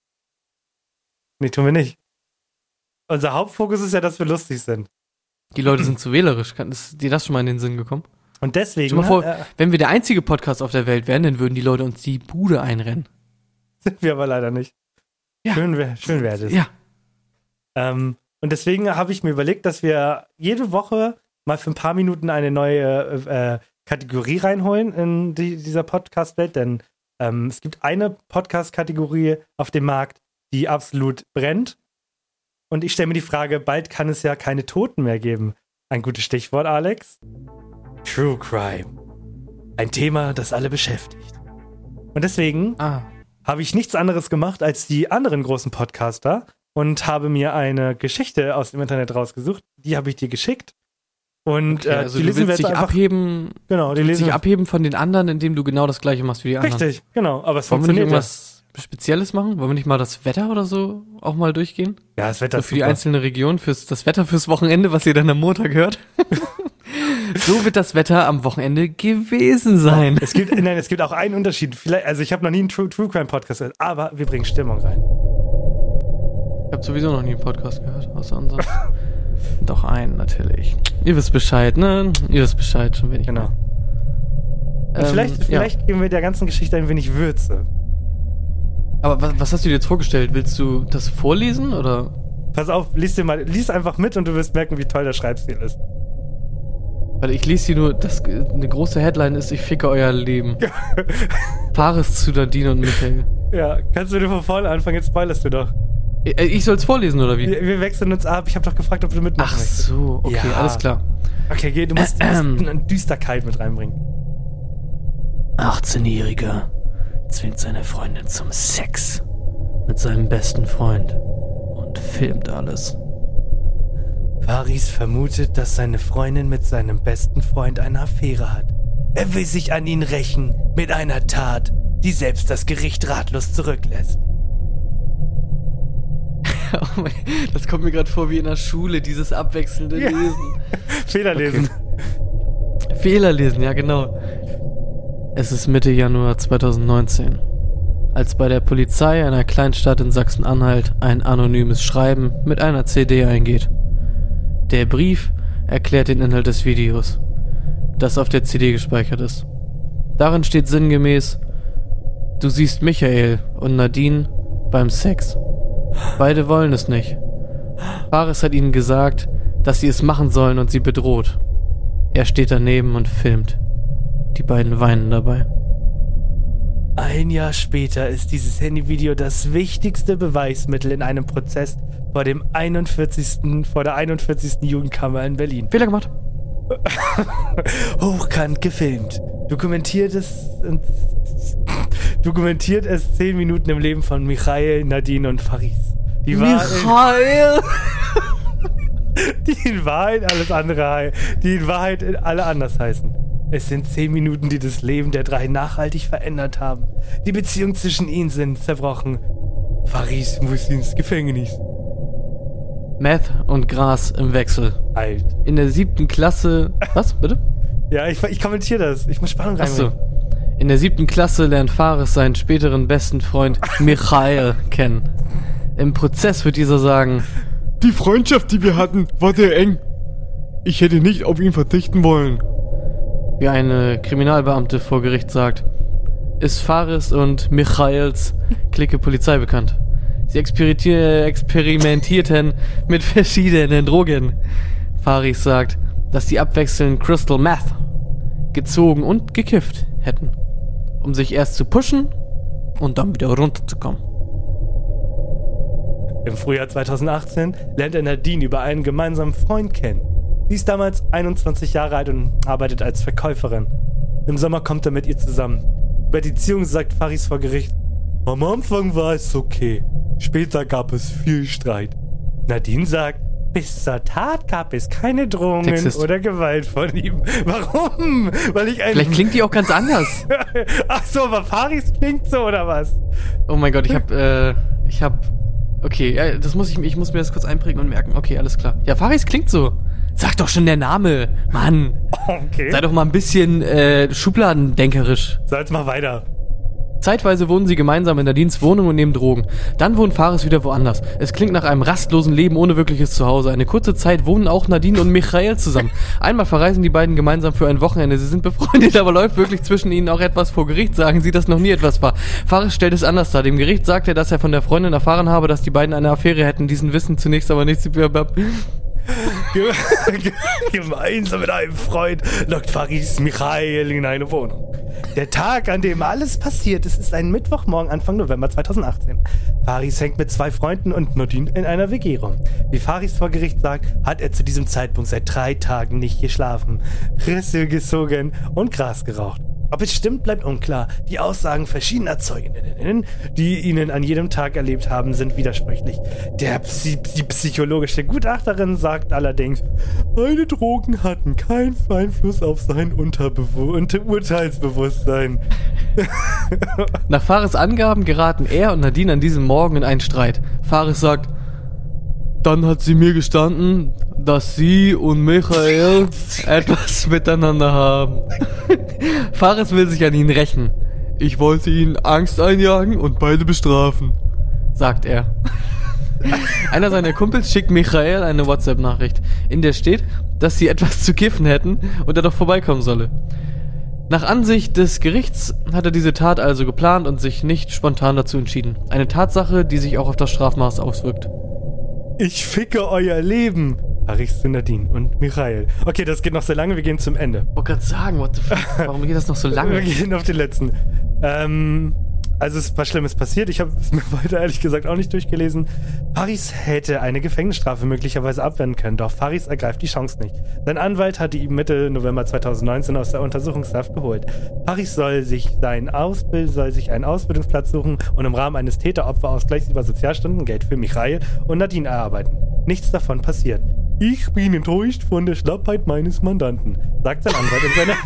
Nee, tun wir nicht. Unser Hauptfokus ist ja, dass wir lustig sind. Die Leute sind zu wählerisch. Kann, ist dir das schon mal in den Sinn gekommen? Und deswegen Stell dir mal vor, äh, wenn wir der einzige Podcast auf der Welt wären, dann würden die Leute uns die Bude einrennen. sind wir aber leider nicht. Ja. Schön wäre schön wär das. Ja. Ähm, und deswegen habe ich mir überlegt, dass wir jede Woche mal für ein paar Minuten eine neue äh, Kategorie reinholen in die, dieser Podcast-Welt, denn ähm, es gibt eine Podcast-Kategorie auf dem Markt, die absolut brennt. Und ich stelle mir die Frage, bald kann es ja keine Toten mehr geben. Ein gutes Stichwort, Alex. True Crime. Ein Thema, das alle beschäftigt. Und deswegen Ah. habe ich nichts anderes gemacht als die anderen großen Podcaster und habe mir eine Geschichte aus dem Internet rausgesucht. Die habe ich dir geschickt. Und Okay, äh, also die du lesen wir willst jetzt dich einfach. abheben, Genau, die du willst lesen dich wir. abheben von den anderen, indem du genau das gleiche machst wie die anderen. Richtig, genau. Aber es Wollen wir nicht funktioniert ja. irgendwas Spezielles machen? Wollen wir nicht mal das Wetter oder so auch mal durchgehen? Ja, das Wetter So ist für die super. einzelne Region, fürs das Wetter fürs Wochenende, was ihr dann am Montag hört. So wird das Wetter am Wochenende gewesen sein. Es gibt, nein, es gibt auch einen Unterschied. Vielleicht, also ich habe noch nie einen True, True Crime Podcast gehört, aber wir bringen Stimmung rein. Ich habe sowieso noch nie einen Podcast gehört, außer unseren. Doch einen, natürlich. Ihr wisst Bescheid, ne? Ihr wisst Bescheid, schon wenig. Genau. Und vielleicht Ähm, vielleicht ja. geben wir der ganzen Geschichte ein wenig Würze. Aber was, was hast du dir jetzt vorgestellt? Willst du das vorlesen oder? Pass auf, lies dir mal, lies einfach mit und du wirst merken, wie toll der Schreibstil ist. Weil ich lese hier nur, das, eine große Headline ist, ich ficke euer Leben. Fares zu Nadine und Michael. Ja, kannst du dir von vorne anfangen, jetzt spoilerst du doch. Ich, ich soll's vorlesen, oder wie? Wir, wir wechseln uns ab, ich habe doch gefragt, ob du mitmachen Ach möchtest. so, okay, Ja. alles klar. Okay, geh, du musst, du Ähm. musst eine Düsterkeit mit reinbringen. achtzehnjähriger zwingt seine Freundin zum Sex mit seinem besten Freund und filmt alles. Faris vermutet, dass seine Freundin mit seinem besten Freund eine Affäre hat. Er will sich an ihn rächen mit einer Tat, die selbst das Gericht ratlos zurücklässt. Oh mein, das kommt mir gerade vor wie in der Schule, dieses abwechselnde Ja. Lesen. Fehler lesen. Fehler lesen, ja genau. Es ist Mitte Januar zweitausendneunzehn, als bei der Polizei einer Kleinstadt in Sachsen-Anhalt ein anonymes Schreiben mit einer C D eingeht. Der Brief erklärt den Inhalt des Videos, das auf der C D gespeichert ist. Darin steht sinngemäß: Du siehst Michael und Nadine beim Sex. Beide wollen es nicht. Fares hat ihnen gesagt, dass sie es machen sollen und sie bedroht. Er steht daneben und filmt. Die beiden weinen dabei. Ein Jahr später ist dieses Handyvideo das wichtigste Beweismittel in einem Prozess vor dem einundvierzigsten vor der einundvierzigsten Jugendkammer in Berlin. Fehler gemacht. Hochkant gefilmt. Dokumentiert es dokumentiert es zehn Minuten im Leben von Michael, Nadine und Faris. Die war Michael! die in Wahrheit alles andere, die in Wahrheit alle anders heißen. Es sind zehn Minuten, die das Leben der drei nachhaltig verändert haben. Die Beziehungen zwischen ihnen sind zerbrochen. Faris muss ins Gefängnis. Meth und Gras im Wechsel. Alt. In der siebten Klasse... Was, bitte? Ja, ich, ich kommentiere das. Ich muss Spannung Achso. reinbringen. In der siebten Klasse lernt Fares seinen späteren besten Freund Michael kennen. Im Prozess wird dieser sagen: Die Freundschaft, die wir hatten, war sehr eng. Ich hätte nicht auf ihn verzichten wollen. Wie eine Kriminalbeamte vor Gericht sagt, ist Fares und Michaels Clique Polizei bekannt. Sie experimentier- experimentierten mit verschiedenen Drogen. Faris sagt, dass sie abwechselnd Crystal Meth gezogen und gekifft hätten, um sich erst zu pushen und dann wieder runterzukommen. Im Frühjahr zweitausendachtzehn lernt er Nadine über einen gemeinsamen Freund kennen. Sie ist damals einundzwanzig Jahre alt und arbeitet als Verkäuferin. Im Sommer kommt er mit ihr zusammen. Über die Beziehung sagt Faris vor Gericht: Am Anfang war es okay, später gab es viel Streit. Nadine sagt, bis zur Tat gab es keine Drohungen Sexist. oder Gewalt von ihm. Warum? Weil ich ein... Vielleicht klingt die auch ganz anders. Ach so, aber Faris klingt so, oder was? Oh mein Gott, ich hab, äh, ich hab, okay, ja, das muss ich, ich muss mir das kurz einprägen und merken. Okay, alles klar. Ja, Faris klingt so. Sag doch schon der Name, Mann. Okay. Sei doch mal ein bisschen, äh, schubladendenkerisch. So, jetzt mal weiter. Zeitweise wohnen sie gemeinsam in Nadines Wohnung und nehmen Drogen. Dann wohnt Fares wieder woanders. Es klingt nach einem rastlosen Leben ohne wirkliches Zuhause. Eine kurze Zeit wohnen auch Nadine und Michael zusammen. Einmal verreisen die beiden gemeinsam für ein Wochenende. Sie sind befreundet, aber läuft wirklich zwischen ihnen auch etwas vor Gericht, sagen sie, dass noch nie etwas war. Fares stellt es anders dar. Dem Gericht sagt er, dass er von der Freundin erfahren habe, dass die beiden eine Affäre hätten. Diesen wissen zunächst aber nichts über... Gemeinsam mit einem Freund lockt Faris Michael in eine Wohnung. Der Tag, an dem alles passiert ist, ist ein Mittwochmorgen Anfang November zweitausendachtzehn. Faris hängt mit zwei Freunden und Nadine in einer W G rum. Wie Faris vor Gericht sagt, hat er zu diesem Zeitpunkt seit drei Tagen nicht geschlafen, Risse gezogen und Gras geraucht. Ob es stimmt, bleibt unklar. Die Aussagen verschiedener Zeuginnen, die ihn an jedem Tag erlebt haben, sind widersprüchlich. Der Psy- die psychologische Gutachterin sagt allerdings, meine Drogen hatten keinen Einfluss auf sein Unterbewu- Unter- Urteilsbewusstsein. Nach Fares Angaben geraten er und Nadine an diesem Morgen in einen Streit. Fares sagt, dann hat sie mir gestanden, dass sie und Michael etwas miteinander haben. Fares will sich an ihn rächen. Ich wollte ihnen Angst einjagen und beide bestrafen, sagt er. Einer seiner Kumpels schickt Michael eine WhatsApp-Nachricht, in der steht, dass sie etwas zu kiffen hätten und er doch vorbeikommen solle. Nach Ansicht des Gerichts hat er diese Tat also geplant und sich nicht spontan dazu entschieden. Eine Tatsache, die sich auch auf das Strafmaß auswirkt. Ich ficke euer Leben. Paris zu Nadine und Michael. Okay, das geht noch so lange, wir gehen zum Ende. Ich wollte gerade sagen, what the fuck? Warum geht das noch so lange? Wir gehen auf den letzten. Ähm, also es ist was Schlimmes passiert. Ich habe es mir weiter ehrlich gesagt auch nicht durchgelesen. Paris hätte eine Gefängnisstrafe möglicherweise abwenden können, doch Paris ergreift die Chance nicht. Sein Anwalt hatte ihn Mitte November zweitausendneunzehn aus der Untersuchungshaft geholt. Paris soll sich, sein Ausbild, soll sich einen Ausbildungsplatz suchen und im Rahmen eines Täter-Opfer-Ausgleichs über Sozialstunden Geld für Michael und Nadine erarbeiten. Nichts davon passiert. Ich bin enttäuscht von der Schlappheit meines Mandanten, sagt sein Anwalt in seiner...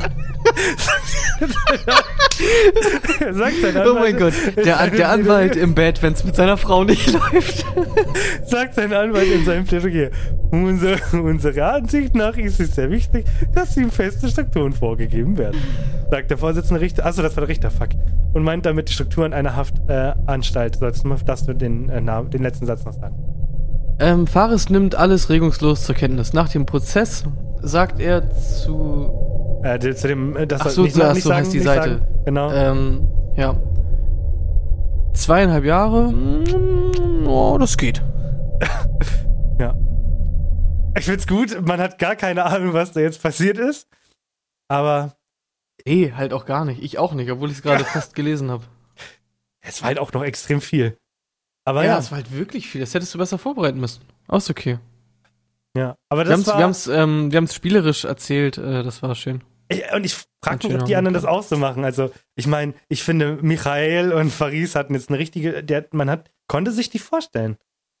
sagt sein Anwalt, oh mein Gott, der, der Anwalt im Bett, wenn es mit seiner Frau nicht läuft. sagt sein Anwalt in seinem Plädoyer. Unser, unserer Ansicht nach ist es sehr wichtig, dass ihm feste Strukturen vorgegeben werden. Sagt der Vorsitzende Richter, achso, das war der Richter, fuck. Und meint damit die Strukturen einer Haftanstalt. Äh, Sollst du, darfst du den, äh, Namen, den letzten Satz noch sagen? Ähm, Fares nimmt alles regungslos zur Kenntnis. Nach dem Prozess sagt er zu... Äh, zu dem, das ach so, nicht, so, ach nicht so sagen, heißt die nicht Seite. Sagen. Genau. Ähm, ja. Zweieinhalb Jahre, mm, oh, das geht. Ja. Ich find's gut, man hat gar keine Ahnung, was da jetzt passiert ist. Aber... Nee, halt auch gar nicht. Ich auch nicht, obwohl ich es gerade fast gelesen habe. Es war halt auch noch extrem viel. Aber ja, ja. es war halt wirklich viel. Das hättest du besser vorbereiten müssen. Auch ist okay. Ja, aber Wir das haben es war... ähm, wir haben's spielerisch erzählt, äh, das war schön. Ich, und ich frage mich, schöner ob die anderen das Moment. auch so machen. Also, ich meine, ich finde, Michael und Faris hatten jetzt eine richtige... Der, man hat, konnte sich die vorstellen.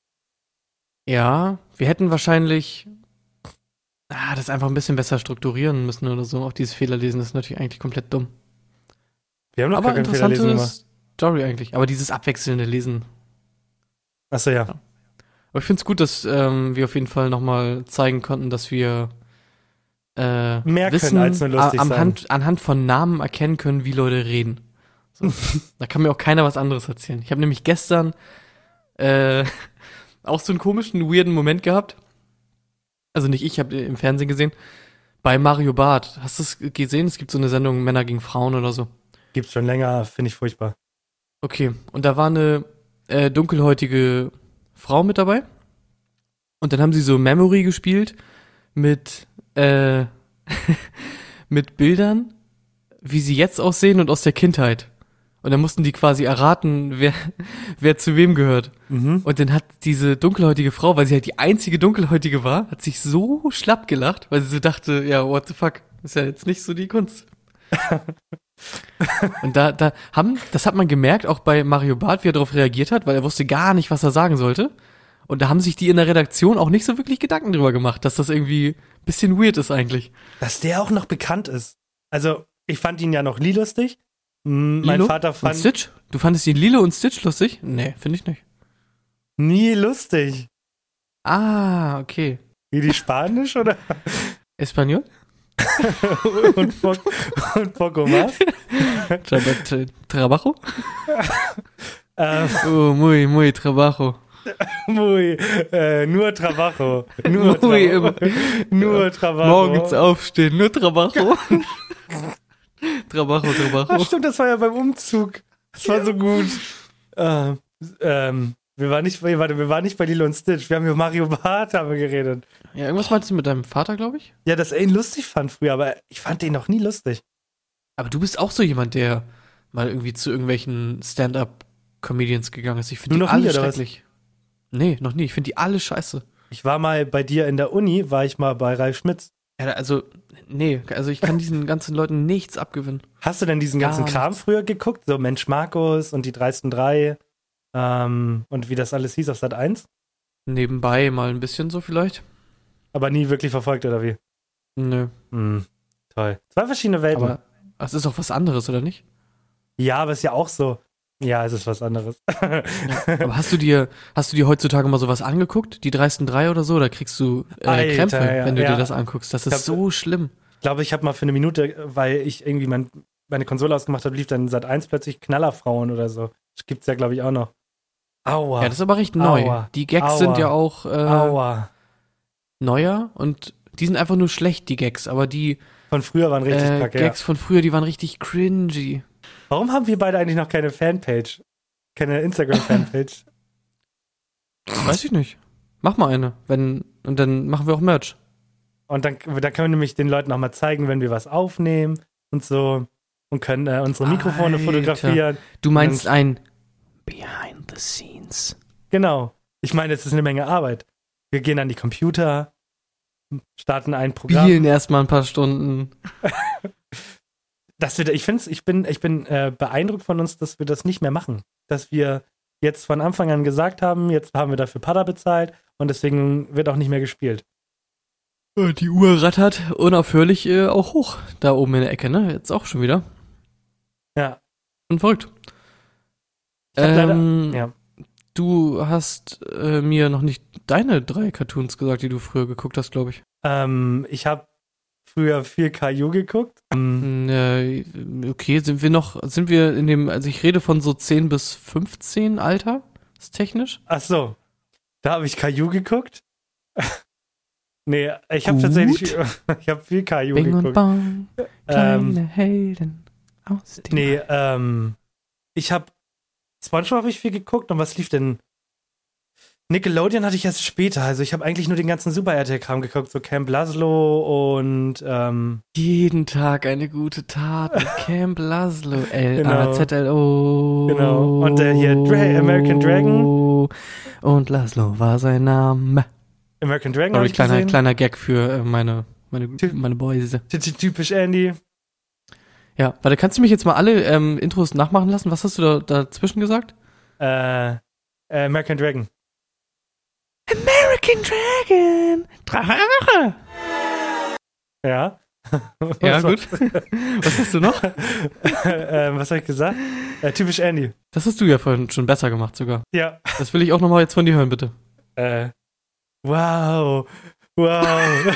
Ja, wir hätten wahrscheinlich ah, das einfach ein bisschen besser strukturieren müssen oder so. Auch dieses Fehlerlesen ist natürlich eigentlich komplett dumm. Wir haben noch Aber gar keinen Fehlerlesen interessante gemacht. Story eigentlich. Aber dieses abwechselnde Lesen. Achso, ja. Aber ich finde es gut, dass ähm, wir auf jeden Fall nochmal zeigen konnten, dass wir äh, Mehr können wissen, als nur lustig a- am sein. Hand, anhand von Namen erkennen können, wie Leute reden. So. Da kann mir auch keiner was anderes erzählen. Ich habe nämlich gestern äh, auch so einen komischen, weirden Moment gehabt. Also nicht ich, habe im Fernsehen gesehen. Bei Mario Barth. Hast du es gesehen? Es gibt so eine Sendung Männer gegen Frauen oder so. Gibt's schon länger, finde ich furchtbar. Okay, und da war eine äh, dunkelhäutige Frau mit dabei. Und dann haben sie so Memory gespielt mit äh, mit Bildern, wie sie jetzt aussehen und aus der Kindheit. Und dann mussten die quasi erraten, wer, wer zu wem gehört. Mhm. Und dann hat diese dunkelhäutige Frau, weil sie halt die einzige dunkelhäutige war, hat sich so schlapp gelacht, weil sie so dachte, ja, what the fuck, ist ja jetzt nicht so die Kunst. Und da, da haben, das hat man gemerkt, auch bei Mario Barth, wie er darauf reagiert hat, weil er wusste gar nicht, was er sagen sollte. Und da haben sich die in der Redaktion auch nicht so wirklich Gedanken drüber gemacht, dass das irgendwie ein bisschen weird ist eigentlich. Dass der auch noch bekannt ist. Also, ich fand ihn ja noch nie lustig. M, Mein Lilo Vater und fand Stitch? Du fandest ihn Lilo und Stitch lustig? Nee, finde ich nicht. nie lustig. Ah, okay. Wie die Spanisch oder? Espanol? und, Poc und Poco Mas? Tra- Trabajo? ähm, Oh, muy, muy trabajo. muy, äh, nur Trabajo. Nur Muy, Trabajo. Nur Trabajo. Morgens aufstehen, nur Trabajo. Trabajo, Trabajo. Ach stimmt, das war ja beim Umzug. Das war so gut. Ähm, ähm, wir waren nicht bei, warte, wir waren nicht bei Lilo und Stitch. Wir haben über Mario Barth haben wir geredet. Ja, irgendwas meintest du mit deinem Vater, glaube ich? Ja, dass er ihn lustig fand früher, aber ich fand den noch nie lustig. Aber du bist auch so jemand, der mal irgendwie zu irgendwelchen Stand-up-Comedians gegangen ist. Ich finde Du die noch alle nie, oder was? schrecklich. Nee, noch nie. Ich finde die alle scheiße. Ich war mal bei dir in der Uni, war ich mal bei Ralf Schmitz. Ja, also, nee, also ich kann diesen ganzen Leuten nichts abgewinnen. Hast du denn diesen Gar ganzen Kram nichts. früher geguckt? So Mensch Markus und die dreisten drei ähm, und wie das alles hieß auf Sat eins? Nebenbei mal ein bisschen so vielleicht. Aber nie wirklich verfolgt, oder wie? Nö. Hm, toll. Zwei verschiedene Welten. Aber es ist auch was anderes, oder nicht? ja, aber es ist ja auch so. Ja, es ist was anderes. Ja. Aber hast du dir, hast du dir heutzutage mal sowas angeguckt? Die dreisten drei oder so? Da kriegst du äh, Alter, Krämpfe, ja, wenn du ja. dir das anguckst. Das ist Ich hab- so schlimm. Ich glaube, ich habe mal für eine Minute, weil ich irgendwie mein, meine Konsole ausgemacht habe, lief dann Sat eins plötzlich Knallerfrauen oder so. Das gibt's ja, glaube ich, auch noch. Aua. Ja, das ist aber recht neu. Aua. Die Gags Aua. sind ja auch äh, Aua. neuer und die sind einfach nur schlecht, die Gags. Aber die von früher waren richtig äh, kacke. Gags Ja. von früher, die waren richtig cringy. Warum haben wir beide eigentlich noch keine Fanpage? Keine Instagram-Fanpage? Weiß ich nicht. Mach mal eine. Wenn, und dann machen wir auch Merch. Und dann, dann können wir nämlich den Leuten auch mal zeigen, wenn wir was aufnehmen und so. Und können äh, unsere Mikrofone Alter. fotografieren. Du meinst Und ein Behind the Scenes. Genau. Ich meine, es ist eine Menge Arbeit. Wir gehen an die Computer, starten ein Programm. Spielen erstmal ein paar Stunden. Dass wir, ich find's, ich bin, ich bin äh, beeindruckt von uns, dass wir das nicht mehr machen. Dass wir jetzt von Anfang an gesagt haben, jetzt haben wir dafür Pada bezahlt und deswegen wird auch nicht mehr gespielt. Die Uhr rattert unaufhörlich äh, auch hoch. Da oben in der Ecke, ne? Jetzt auch schon wieder. Ja. Und verrückt. Ich hab Ähm, leider, ja. Du hast äh, mir noch nicht deine drei Cartoons gesagt, die du früher geguckt hast, glaube ich. Ähm, ich habe früher viel Caillou geguckt. Ähm, Äh, okay, sind wir noch, sind wir in dem, also ich rede von so zehn bis fünfzehn Alter, ist technisch. ach so. Da habe ich Caillou geguckt. nee, ich habe Gut. tatsächlich, ich habe viel Caillou Bing und geguckt. Bang, kleine Ähm, Helden aus dem... nee, ähm, ich habe SpongeBob habe ich viel geguckt und was lief denn? Nickelodeon hatte ich erst später, also ich habe eigentlich nur den ganzen Super R T L-Kram geguckt, so Camp Laszlo und ähm, Jeden Tag eine gute Tat mit Camp Laszlo, L A Z L O. Genau. Und äh, hier Dra- American Dragon. Und Laszlo war sein Name. American Dragon habe Sorry, ich kleiner, gesehen. kleiner Gag für äh, meine, meine, Ty- meine Boys. Ty- ty- Typisch Andy. Ja, warte, kannst du mich jetzt mal alle ähm, Intros nachmachen lassen? Was hast du da dazwischen gesagt? Äh, äh, American Dragon. American Dragon! Drache! Ja. Ja, Was war- gut. Was hast du noch? ähm, was habe ich gesagt? Äh, typisch Andy. Das hast du ja vorhin schon besser gemacht sogar. Ja. Das will ich auch nochmal jetzt von dir hören, bitte. Äh, wow. Wow.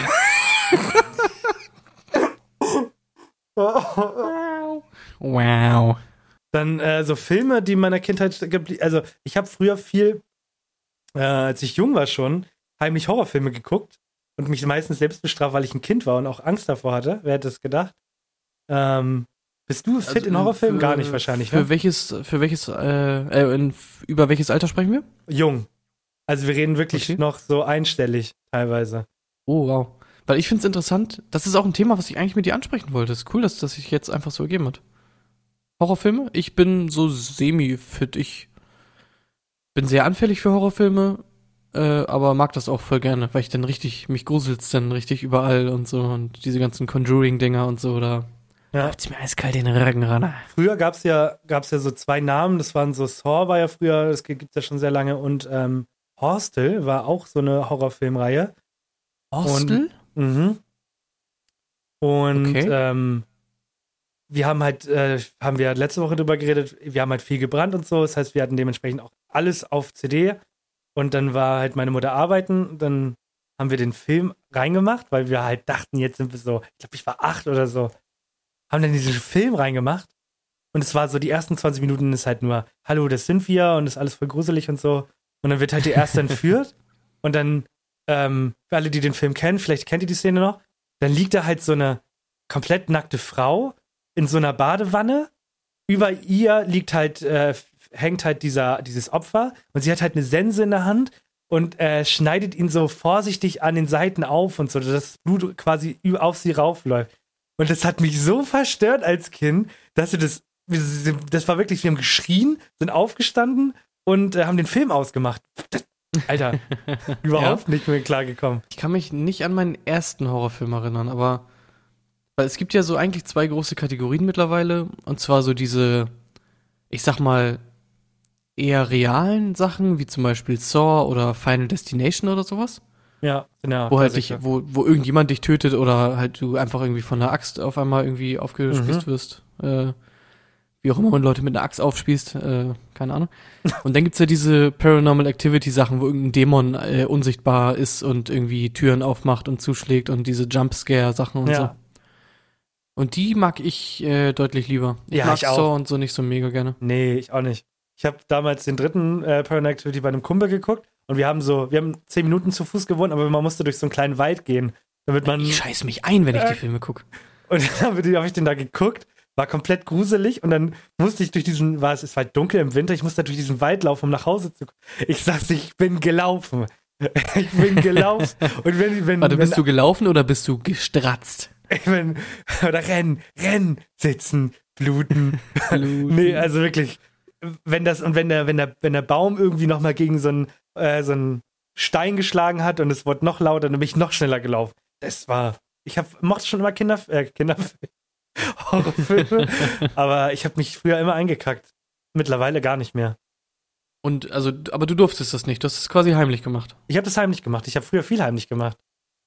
Wow. Dann äh, so Filme, die in meiner Kindheit geblie- also ich habe früher viel, äh, als ich jung war schon, heimlich Horrorfilme geguckt und mich meistens selbst bestraft, weil ich ein Kind war und auch Angst davor hatte. Wer hätte es gedacht? Ähm, bist du fit Also, in Horrorfilmen? für- Gar nicht wahrscheinlich, Für ne? welches, für welches, äh, äh in, über welches Alter sprechen wir? Jung. Also wir reden wirklich Okay. noch so einstellig teilweise. Oh, wow. Weil ich finde es interessant, das ist auch ein Thema, was ich eigentlich mit dir ansprechen wollte. Es ist cool, dass das sich jetzt einfach so ergeben hat. Horrorfilme? Ich bin so semi-fit. Ich bin sehr anfällig für Horrorfilme, äh, aber mag das auch voll gerne, weil ich dann richtig, mich gruselt's dann richtig überall und so und diese ganzen Conjuring-Dinger und so, da Ja. läuft's mir eiskalt in den Rücken ran. Früher gab's ja, gab's ja so zwei Namen, das waren so Saw war ja früher, das gibt's ja schon sehr lange und ähm, Hostel war auch so eine Horrorfilmreihe. Hostel? Mhm. Und Okay. ähm, wir haben halt, äh, haben wir letzte Woche drüber geredet, wir haben halt viel gebrannt und so, das heißt, wir hatten dementsprechend auch alles auf C D und dann war halt meine Mutter arbeiten, dann haben wir den Film reingemacht, weil wir halt dachten, jetzt sind wir so, ich glaube, ich war acht oder so, haben dann diesen Film reingemacht und es war so, die ersten zwanzig Minuten ist halt nur, hallo, das sind wir und ist alles voll gruselig und so und dann wird halt die erste entführt und dann ähm, für alle, die den Film kennen, vielleicht kennt ihr die Szene noch, dann liegt da halt so eine komplett nackte Frau in so einer Badewanne. Über ihr liegt halt, äh, hängt halt dieser, dieses Opfer und sie hat halt eine Sense in der Hand und äh, schneidet ihn so vorsichtig an den Seiten auf und so, dass das Blut quasi ü- auf sie raufläuft. Und das hat mich so verstört als Kind, dass wir das, wir- das war wirklich, wir haben geschrien, sind aufgestanden und äh, haben den Film ausgemacht. Das, Alter, überhaupt nicht mehr klargekommen. Ich kann mich nicht an meinen ersten Horrorfilm erinnern, aber weil es gibt ja so eigentlich zwei große Kategorien mittlerweile, und zwar so diese, ich sag mal, eher realen Sachen, wie zum Beispiel Saw oder Final Destination oder sowas, Ja, ja. wo halt dich, Klassiker. wo, wo irgendjemand dich tötet oder halt du einfach irgendwie von einer Axt auf einmal irgendwie aufgespießt Mhm. wirst, äh, wie auch immer man Leute mit einer Axt aufspießt, äh, keine Ahnung. Und dann gibt's ja diese Paranormal Activity Sachen, wo irgendein Dämon äh, unsichtbar ist und irgendwie Türen aufmacht und zuschlägt und diese Jumpscare Sachen und Ja. so. Und die mag ich äh, deutlich lieber. Ich Ja, mag ich auch. Saw und so nicht so mega gerne. Nee, ich auch nicht. Ich habe damals den dritten äh, Paranormal Activity bei einem Kumpel geguckt und wir haben so, wir haben zehn Minuten zu Fuß gewohnt, aber man musste durch so einen kleinen Wald gehen, damit man Ich scheiß mich ein, wenn ich Äh, die Filme gucke. Und dann habe ich, hab ich den da geguckt, war komplett gruselig und dann musste ich durch diesen, war es, es war dunkel im Winter, ich musste durch diesen Wald laufen, um nach Hause zu kommen. Ich sag's, ich bin gelaufen. Ich bin gelaufen. Und wenn, wenn, Warte, bist wenn, du gelaufen oder bist du gestratzt? Ich bin, oder rennen, rennen, sitzen, bluten. Bluten. Nee, also wirklich, wenn das, und wenn der, wenn der, wenn der Baum irgendwie nochmal gegen so einen, äh, so einen Stein geschlagen hat und es wurde noch lauter, dann bin ich noch schneller gelaufen. Das war, ich hab, mochte schon immer Kinder, äh, Kinderfilme, Horrorfilme, aber ich habe mich früher immer eingekackt. Mittlerweile gar nicht mehr. Und also, aber du durftest das nicht, du hast es quasi heimlich gemacht. Ich habe das heimlich gemacht. Ich habe früher viel heimlich gemacht.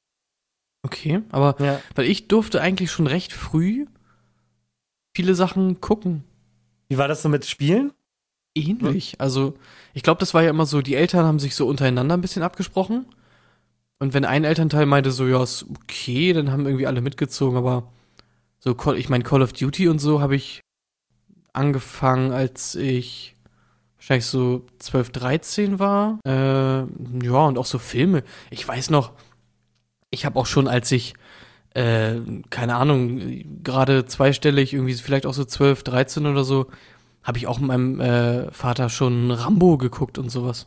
Okay, aber Ja. weil ich durfte eigentlich schon recht früh viele Sachen gucken. Wie war das so mit Spielen? Ähnlich. Also, ich glaube, das war ja immer so, die Eltern haben sich so untereinander ein bisschen abgesprochen. Und wenn ein Elternteil meinte so, ja, ist okay, dann haben irgendwie alle mitgezogen, aber so, Call, ich meine, Call of Duty und so habe ich angefangen, als ich wahrscheinlich so zwölf, dreizehn war. Äh, ja, und auch so Filme. Ich weiß noch, ich habe auch schon, als ich, äh, keine Ahnung, gerade zweistellig, irgendwie vielleicht auch so zwölf, dreizehn oder so, habe ich auch mit meinem äh, Vater schon Rambo geguckt und sowas.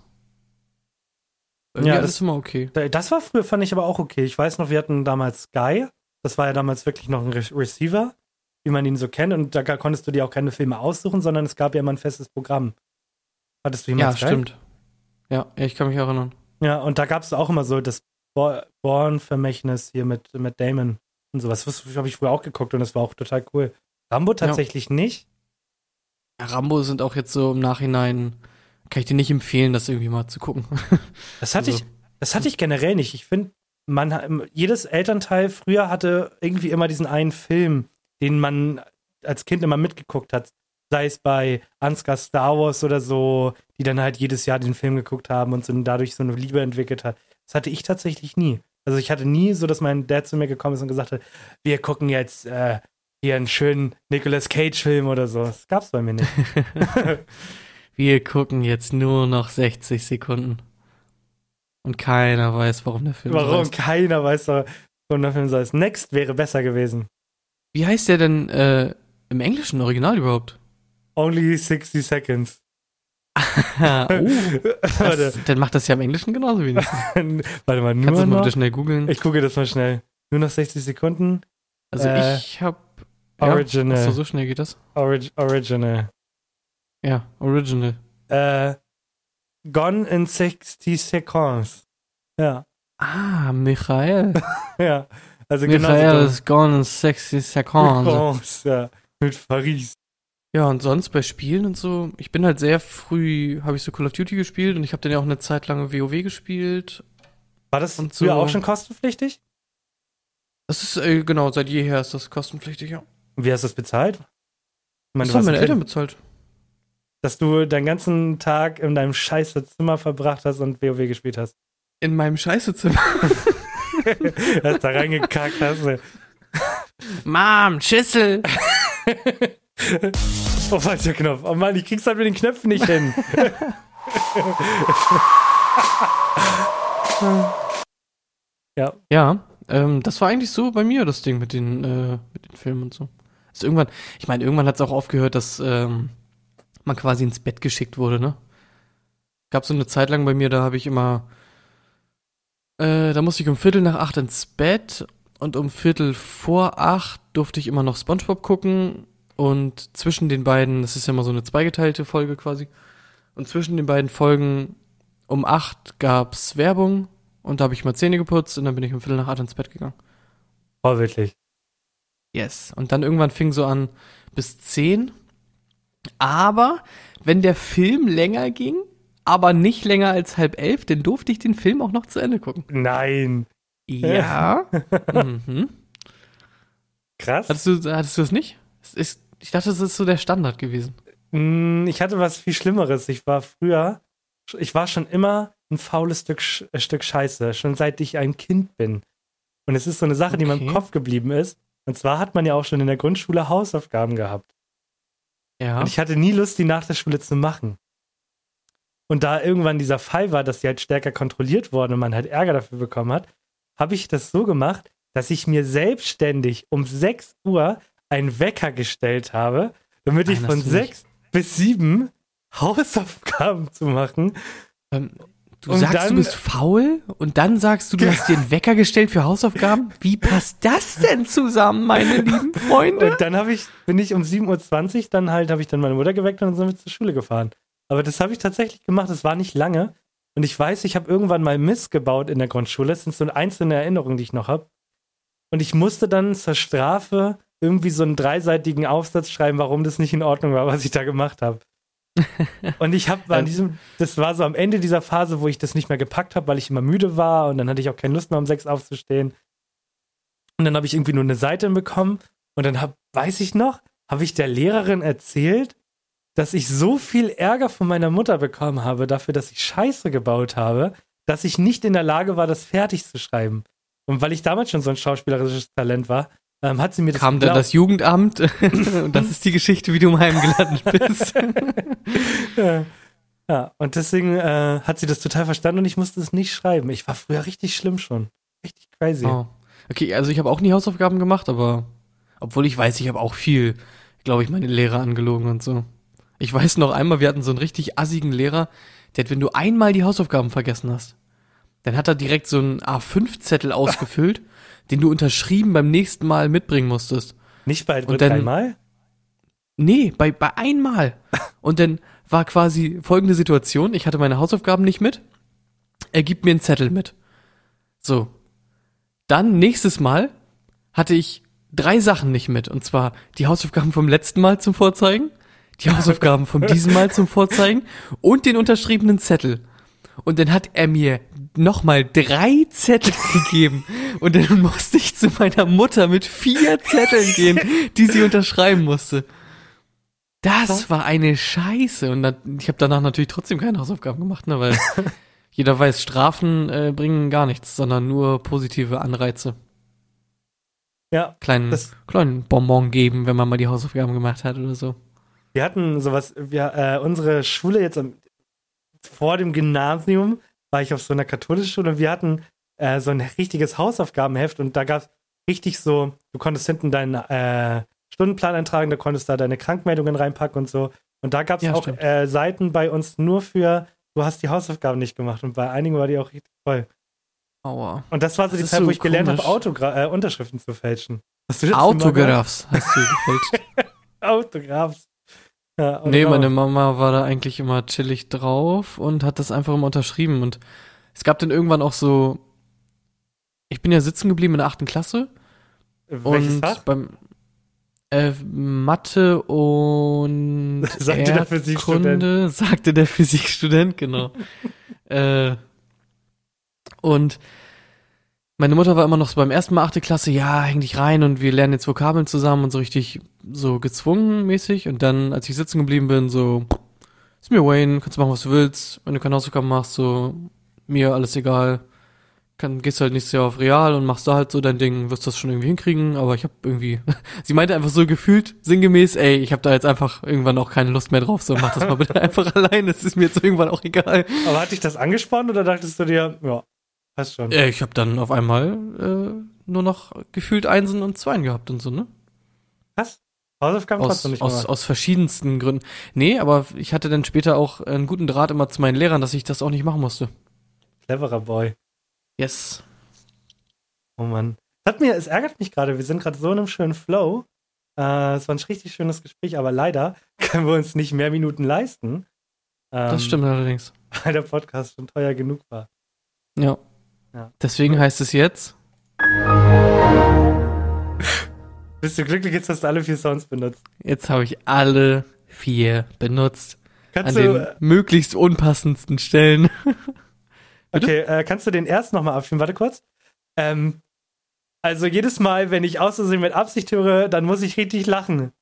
Irgendwie Ja, alles das- immer okay. Das war früher, fand ich aber auch okay. Ich weiß noch, wir hatten damals Sky. Das war ja damals wirklich noch ein Re- Receiver, wie man ihn so kennt. Und da konntest du dir auch keine Filme aussuchen, sondern es gab ja immer ein festes Programm. Hattest du Ja, jemals Sky? stimmt. Ja, ja, ich kann mich erinnern. Ja, und da gab es auch immer so das Bo- Bourne-Vermächtnis hier mit, mit Damon und sowas. Das habe ich früher auch geguckt und das war auch total cool. Rambo tatsächlich nicht. Ja, Rambo sind auch jetzt so im Nachhinein, kann ich dir nicht empfehlen, das irgendwie mal zu gucken. Das hatte Also- ich, das hatte ich generell nicht. Ich finde, man hat- jedes Elternteil früher hatte irgendwie immer diesen einen Film, den man als Kind immer mitgeguckt hat. Sei es bei Ansgar Star Wars oder so, die dann halt jedes Jahr den Film geguckt haben und so dadurch so eine Liebe entwickelt hat. Das hatte ich tatsächlich nie. Also ich hatte nie so, dass mein Dad zu mir gekommen ist und gesagt hat, wir gucken jetzt äh, hier einen schönen Nicolas Cage-Film oder so. Das gab's bei mir nicht. Wir gucken jetzt nur noch sechzig Sekunden. Und keiner weiß, warum der Film so Warum? heißt. Keiner weiß doch, warum der Film so ist. Next wäre besser gewesen. Wie heißt der denn äh, im englischen Original überhaupt? Only sixty seconds. Ah, oh, Warte, das, dann macht das ja im Englischen genauso wenig. warte mal, Kannst du nur das mal noch? bitte schnell googeln? Ich gucke das mal schnell. Nur noch sechzig Sekunden. Also äh, ich hab... Original. Ja, achso, so schnell geht das? Orig Original. Ja, Original. Äh, Gone in sixty seconds. Ja, Ah, Michael. ja. Also Michael genau is gone in sixty seconds. Ja, mit Paris. Ja, und sonst bei Spielen und so, ich bin halt sehr früh, habe ich so Call of Duty gespielt und ich habe dann ja auch eine Zeit lang WoW gespielt. War das Und früher so- auch schon kostenpflichtig? Das ist, äh, genau, seit jeher ist das kostenpflichtig, ja. Und wie hast du das bezahlt? Ich meine, Das du haben warst meine ein Eltern Kind, bezahlt. dass du deinen ganzen Tag in deinem scheiße Zimmer verbracht hast und WoW gespielt hast. In meinem Scheißezimmer. Hast da reingekackt hast. du. Mom, Schüssel. Oh, falscher Knopf. Oh Mann, ich krieg's halt mit den Knöpfen nicht hin. Ja. Ja, ähm, das war eigentlich so bei mir das Ding mit den, äh, mit den Filmen und so. Also irgendwann, ich meine, irgendwann hat es auch aufgehört, dass ähm, man quasi ins Bett geschickt wurde, ne? Gab so eine Zeit lang bei mir, da habe ich immer, äh, da musste ich um Viertel nach acht ins Bett und um Viertel vor acht durfte ich immer noch SpongeBob gucken und zwischen den beiden, das ist ja immer so eine zweigeteilte Folge quasi, und zwischen den beiden Folgen um acht gab's Werbung und da habe ich mal Zähne geputzt und dann bin ich um Viertel nach acht ins Bett gegangen. Oh, wirklich. Yes. Und dann irgendwann fing so an bis zehn. Aber wenn der Film länger ging, aber nicht länger als halb elf, dann durfte ich den Film auch noch zu Ende gucken. Nein. Ja. mhm. Krass. Hattest du, hattest du das nicht? Es ist, ich dachte, das ist so der Standard gewesen. Mm, Ich hatte was viel Schlimmeres. Ich war früher, ich war schon immer ein faules Stück, Sch- äh, Stück Scheiße, schon seit ich ein Kind bin. Und es ist so eine Sache, die mir im Okay. Kopf geblieben ist. Und zwar hat man ja auch schon in der Grundschule Hausaufgaben gehabt. Ja. Und ich hatte nie Lust, die nach der Schule zu machen. Und da irgendwann dieser Fall war, dass die halt stärker kontrolliert wurden und man halt Ärger dafür bekommen hat, habe ich das so gemacht, dass ich mir selbstständig um sechs Uhr einen Wecker gestellt habe, damit ich Nein, von hast du sechs bis sieben Hausaufgaben zu machen. Ähm, du Und sagst, dann- du bist faul und dann sagst du, du hast dir einen Wecker gestellt für Hausaufgaben? Wie passt das denn zusammen, meine lieben Freunde? Und dann habe ich, bin ich um sieben Uhr zwanzig, dann halt, habe ich dann meine Mutter geweckt und dann sind wir zur Schule gefahren. Aber das habe ich tatsächlich gemacht, das war nicht lange. Und ich weiß, ich habe irgendwann mal Mist gebaut in der Grundschule. Das sind so einzelne Erinnerungen, die ich noch habe. Und ich musste dann zur Strafe irgendwie so einen dreiseitigen Aufsatz schreiben, warum das nicht in Ordnung war, was ich da gemacht habe. Und ich habe an diesem, das war so am Ende dieser Phase, wo ich das nicht mehr gepackt habe, weil ich immer müde war und dann hatte ich auch keine Lust mehr um sechs aufzustehen. Und dann habe ich irgendwie nur eine Seite bekommen und dann hab, weiß ich noch, habe ich der Lehrerin erzählt, dass ich so viel Ärger von meiner Mutter bekommen habe dafür, dass ich Scheiße gebaut habe, dass ich nicht in der Lage war, das fertig zu schreiben. Und weil ich damals schon so ein schauspielerisches Talent war, ähm, hat sie mir das Kam dann geglaubt. das Jugendamt und das ist die Geschichte, wie du im Heim gelandet bist. ja. ja, und deswegen äh, hat sie das total verstanden und ich musste es nicht schreiben. Ich war früher richtig schlimm schon. Richtig crazy. Oh. Okay, also ich habe auch nie Hausaufgaben gemacht, aber obwohl ich weiß, ich habe auch viel, glaube ich, meine Lehrer angelogen und so. Ich weiß noch einmal, wir hatten so einen richtig assigen Lehrer, der hat, wenn du einmal die Hausaufgaben vergessen hast, dann hat er direkt so einen A fünf Zettel ausgefüllt, den du unterschrieben beim nächsten Mal mitbringen musstest. Nicht bei Und dann- dreimal? Nee, bei, bei einmal. Und dann war quasi folgende Situation, ich hatte meine Hausaufgaben nicht mit, er gibt mir einen Zettel mit. So. Dann nächstes Mal hatte ich drei Sachen nicht mit, und zwar die Hausaufgaben vom letzten Mal zum Vorzeigen, die Hausaufgaben von diesem Mal zum Vorzeigen und den unterschriebenen Zettel. Und dann hat er mir nochmal drei Zettel gegeben. Und dann musste ich zu meiner Mutter mit vier Zetteln gehen, die sie unterschreiben musste. Das war eine Scheiße. Und dann, ich habe danach natürlich trotzdem keine Hausaufgaben gemacht, ne, weil jeder weiß, Strafen äh, bringen gar nichts, sondern nur positive Anreize. Ja. Kleinen, Das- kleinen Bonbon geben, wenn man mal die Hausaufgaben gemacht hat oder so. Wir hatten sowas, wir, äh, unsere Schule jetzt am, vor dem Gymnasium war ich auf so einer katholischen Schule und wir hatten äh, so ein richtiges Hausaufgabenheft und da gab es richtig so, du konntest hinten deinen äh, Stundenplan eintragen, da konntest da deine Krankmeldungen reinpacken und so. Und da gab es Ja, auch stimmt. äh, Seiten bei uns nur für, du hast die Hausaufgaben nicht gemacht und bei einigen war die auch richtig voll. Aua. Und das war so Das die ist Zeit, so wo ich gelernt habe, komisch. Autogra- äh, Unterschriften zu fälschen. Hast du das mal gemacht? Autographs hast du gefälscht. Autographs. Ja, Nee, Autographs. meine Mama war da eigentlich immer chillig drauf und hat das einfach immer unterschrieben. Und es gab dann irgendwann auch so, ich bin ja sitzen geblieben in der achten Klasse. Welches und Fach? beim äh, Mathe und Sagte der Physikstudent. Erdkunde, sagte der Physikstudent, genau. äh, und meine Mutter war immer noch so beim ersten Mal achte Klasse, ja, häng dich rein und wir lernen jetzt Vokabeln zusammen und so richtig so gezwungen mäßig. Und dann, als ich sitzen geblieben bin, so, ist mir Wayne, kannst du machen, was du willst. Wenn du keine Hausaufgaben machst, so, mir alles egal. Kann, gehst halt nächstes Jahr auf Real und machst da halt so dein Ding, wirst das schon irgendwie hinkriegen. Aber ich habe irgendwie, sie meinte einfach so gefühlt, sinngemäß, ey, ich habe da jetzt einfach irgendwann auch keine Lust mehr drauf, so, mach das mal bitte einfach allein, das ist mir jetzt irgendwann auch egal. Aber hat dich das angespornt oder dachtest du dir, ja, passt schon? Äh, ich habe dann auf einmal äh, nur noch gefühlt Einsen und Zweien gehabt und so, ne? Was? Hausaufgaben Aus, trotzdem nicht aus, gemacht? aus verschiedensten Gründen. Nee, aber ich hatte dann später auch einen guten Draht immer zu meinen Lehrern, dass ich das auch nicht machen musste. Cleverer Boy. Yes. Oh Mann. Das hat mir, es ärgert mich gerade, wir sind gerade so in einem schönen Flow. Äh, es war ein richtig schönes Gespräch, aber leider können wir uns nicht mehr Minuten leisten. Ähm, Das stimmt allerdings. Weil der Podcast schon teuer genug war. Ja. Ja. Deswegen heißt es jetzt. Bist du glücklich jetzt, dass du alle vier Sounds benutzt? Jetzt habe ich alle vier benutzt. Kannst An du, den möglichst unpassendsten Stellen. Bitte? okay, äh, kannst du den erst nochmal abspielen? Warte kurz. Ähm, also jedes Mal, wenn ich aus Versehen mit Absicht höre, dann muss ich richtig lachen.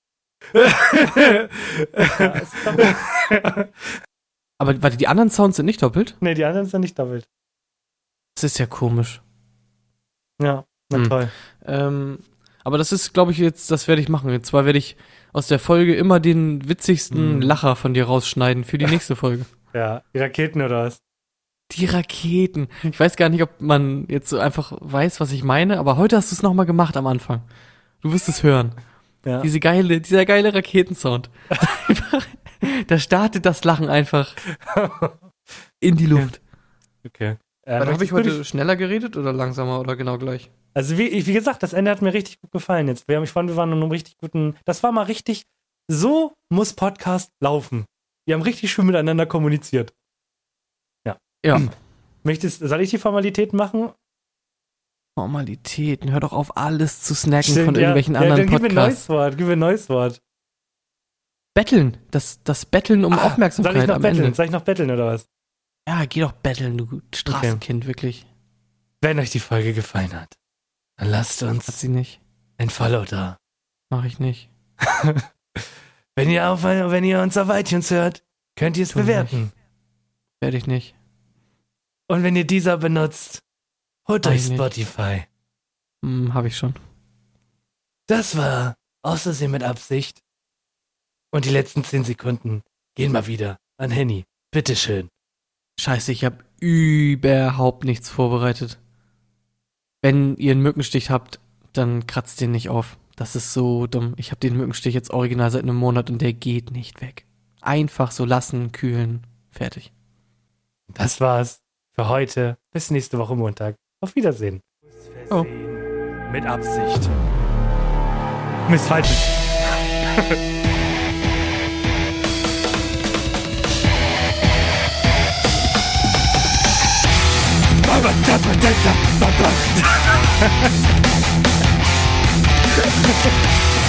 ja, ist doppelt. Aber warte, die anderen Sounds sind nicht doppelt? Nee, die anderen sind nicht doppelt. Das ist ja komisch. Ja, na Hm. toll. Ähm, aber das ist, glaube ich, jetzt, das werde ich machen. Und zwar werde ich aus der Folge immer den witzigsten Hm. Lacher von dir rausschneiden für die nächste Folge. Ja, die Raketen oder was? Die Raketen. Ich weiß gar nicht, ob man jetzt so einfach weiß, was ich meine, aber heute hast du es nochmal gemacht am Anfang. Du wirst es hören. Ja. Diese geile, dieser geile Raketensound. Da startet das Lachen einfach in die Luft. Okay. Äh, Habe ich möchtest heute du die- schneller geredet oder langsamer oder genau gleich? Also wie, wie gesagt, das Ende hat mir richtig gut gefallen jetzt. Wir haben, ich fand, wir waren in einem richtig guten, das war mal richtig, so muss Podcast laufen. Wir haben richtig schön miteinander kommuniziert. Ja. Möchtest, soll ich die Formalitäten machen? Formalitäten. Hör doch auf, alles zu snacken Stimmt, von ja. irgendwelchen ja, anderen dann gib mir ein neues Podcasts. Wort, gib mir ein neues Wort. Betteln. Das, das Betteln um Ah, Aufmerksamkeit Soll ich noch am betteln? Ende. Soll ich noch betteln oder was? Ja, geh doch betteln, du Straßenkind, wirklich. Wenn euch die Folge gefallen hat, dann lasst Hat uns sie nicht. ein Follow da. Mach ich nicht. Wenn ihr, auf, wenn ihr uns auf iTunes hört, könnt ihr es Tu bewerten. Werde ich nicht. Und wenn ihr dieser benutzt, holt Mach euch ich nicht. Spotify. Hm, hab ich schon. Das war Außersehen mit Absicht. Und die letzten zehn Sekunden gehen mal wieder an Henny. Bitteschön. Scheiße, ich habe überhaupt nichts vorbereitet. Wenn ihr einen Mückenstich habt, dann kratzt den nicht auf. Das ist so dumm. Ich habe den Mückenstich jetzt original seit einem Monat und der geht nicht weg. Einfach so lassen, kühlen, fertig. Das war's für heute. Bis nächste Woche Montag. Auf Wiedersehen. Oh. Mit Absicht. Miss Falsches. Baba,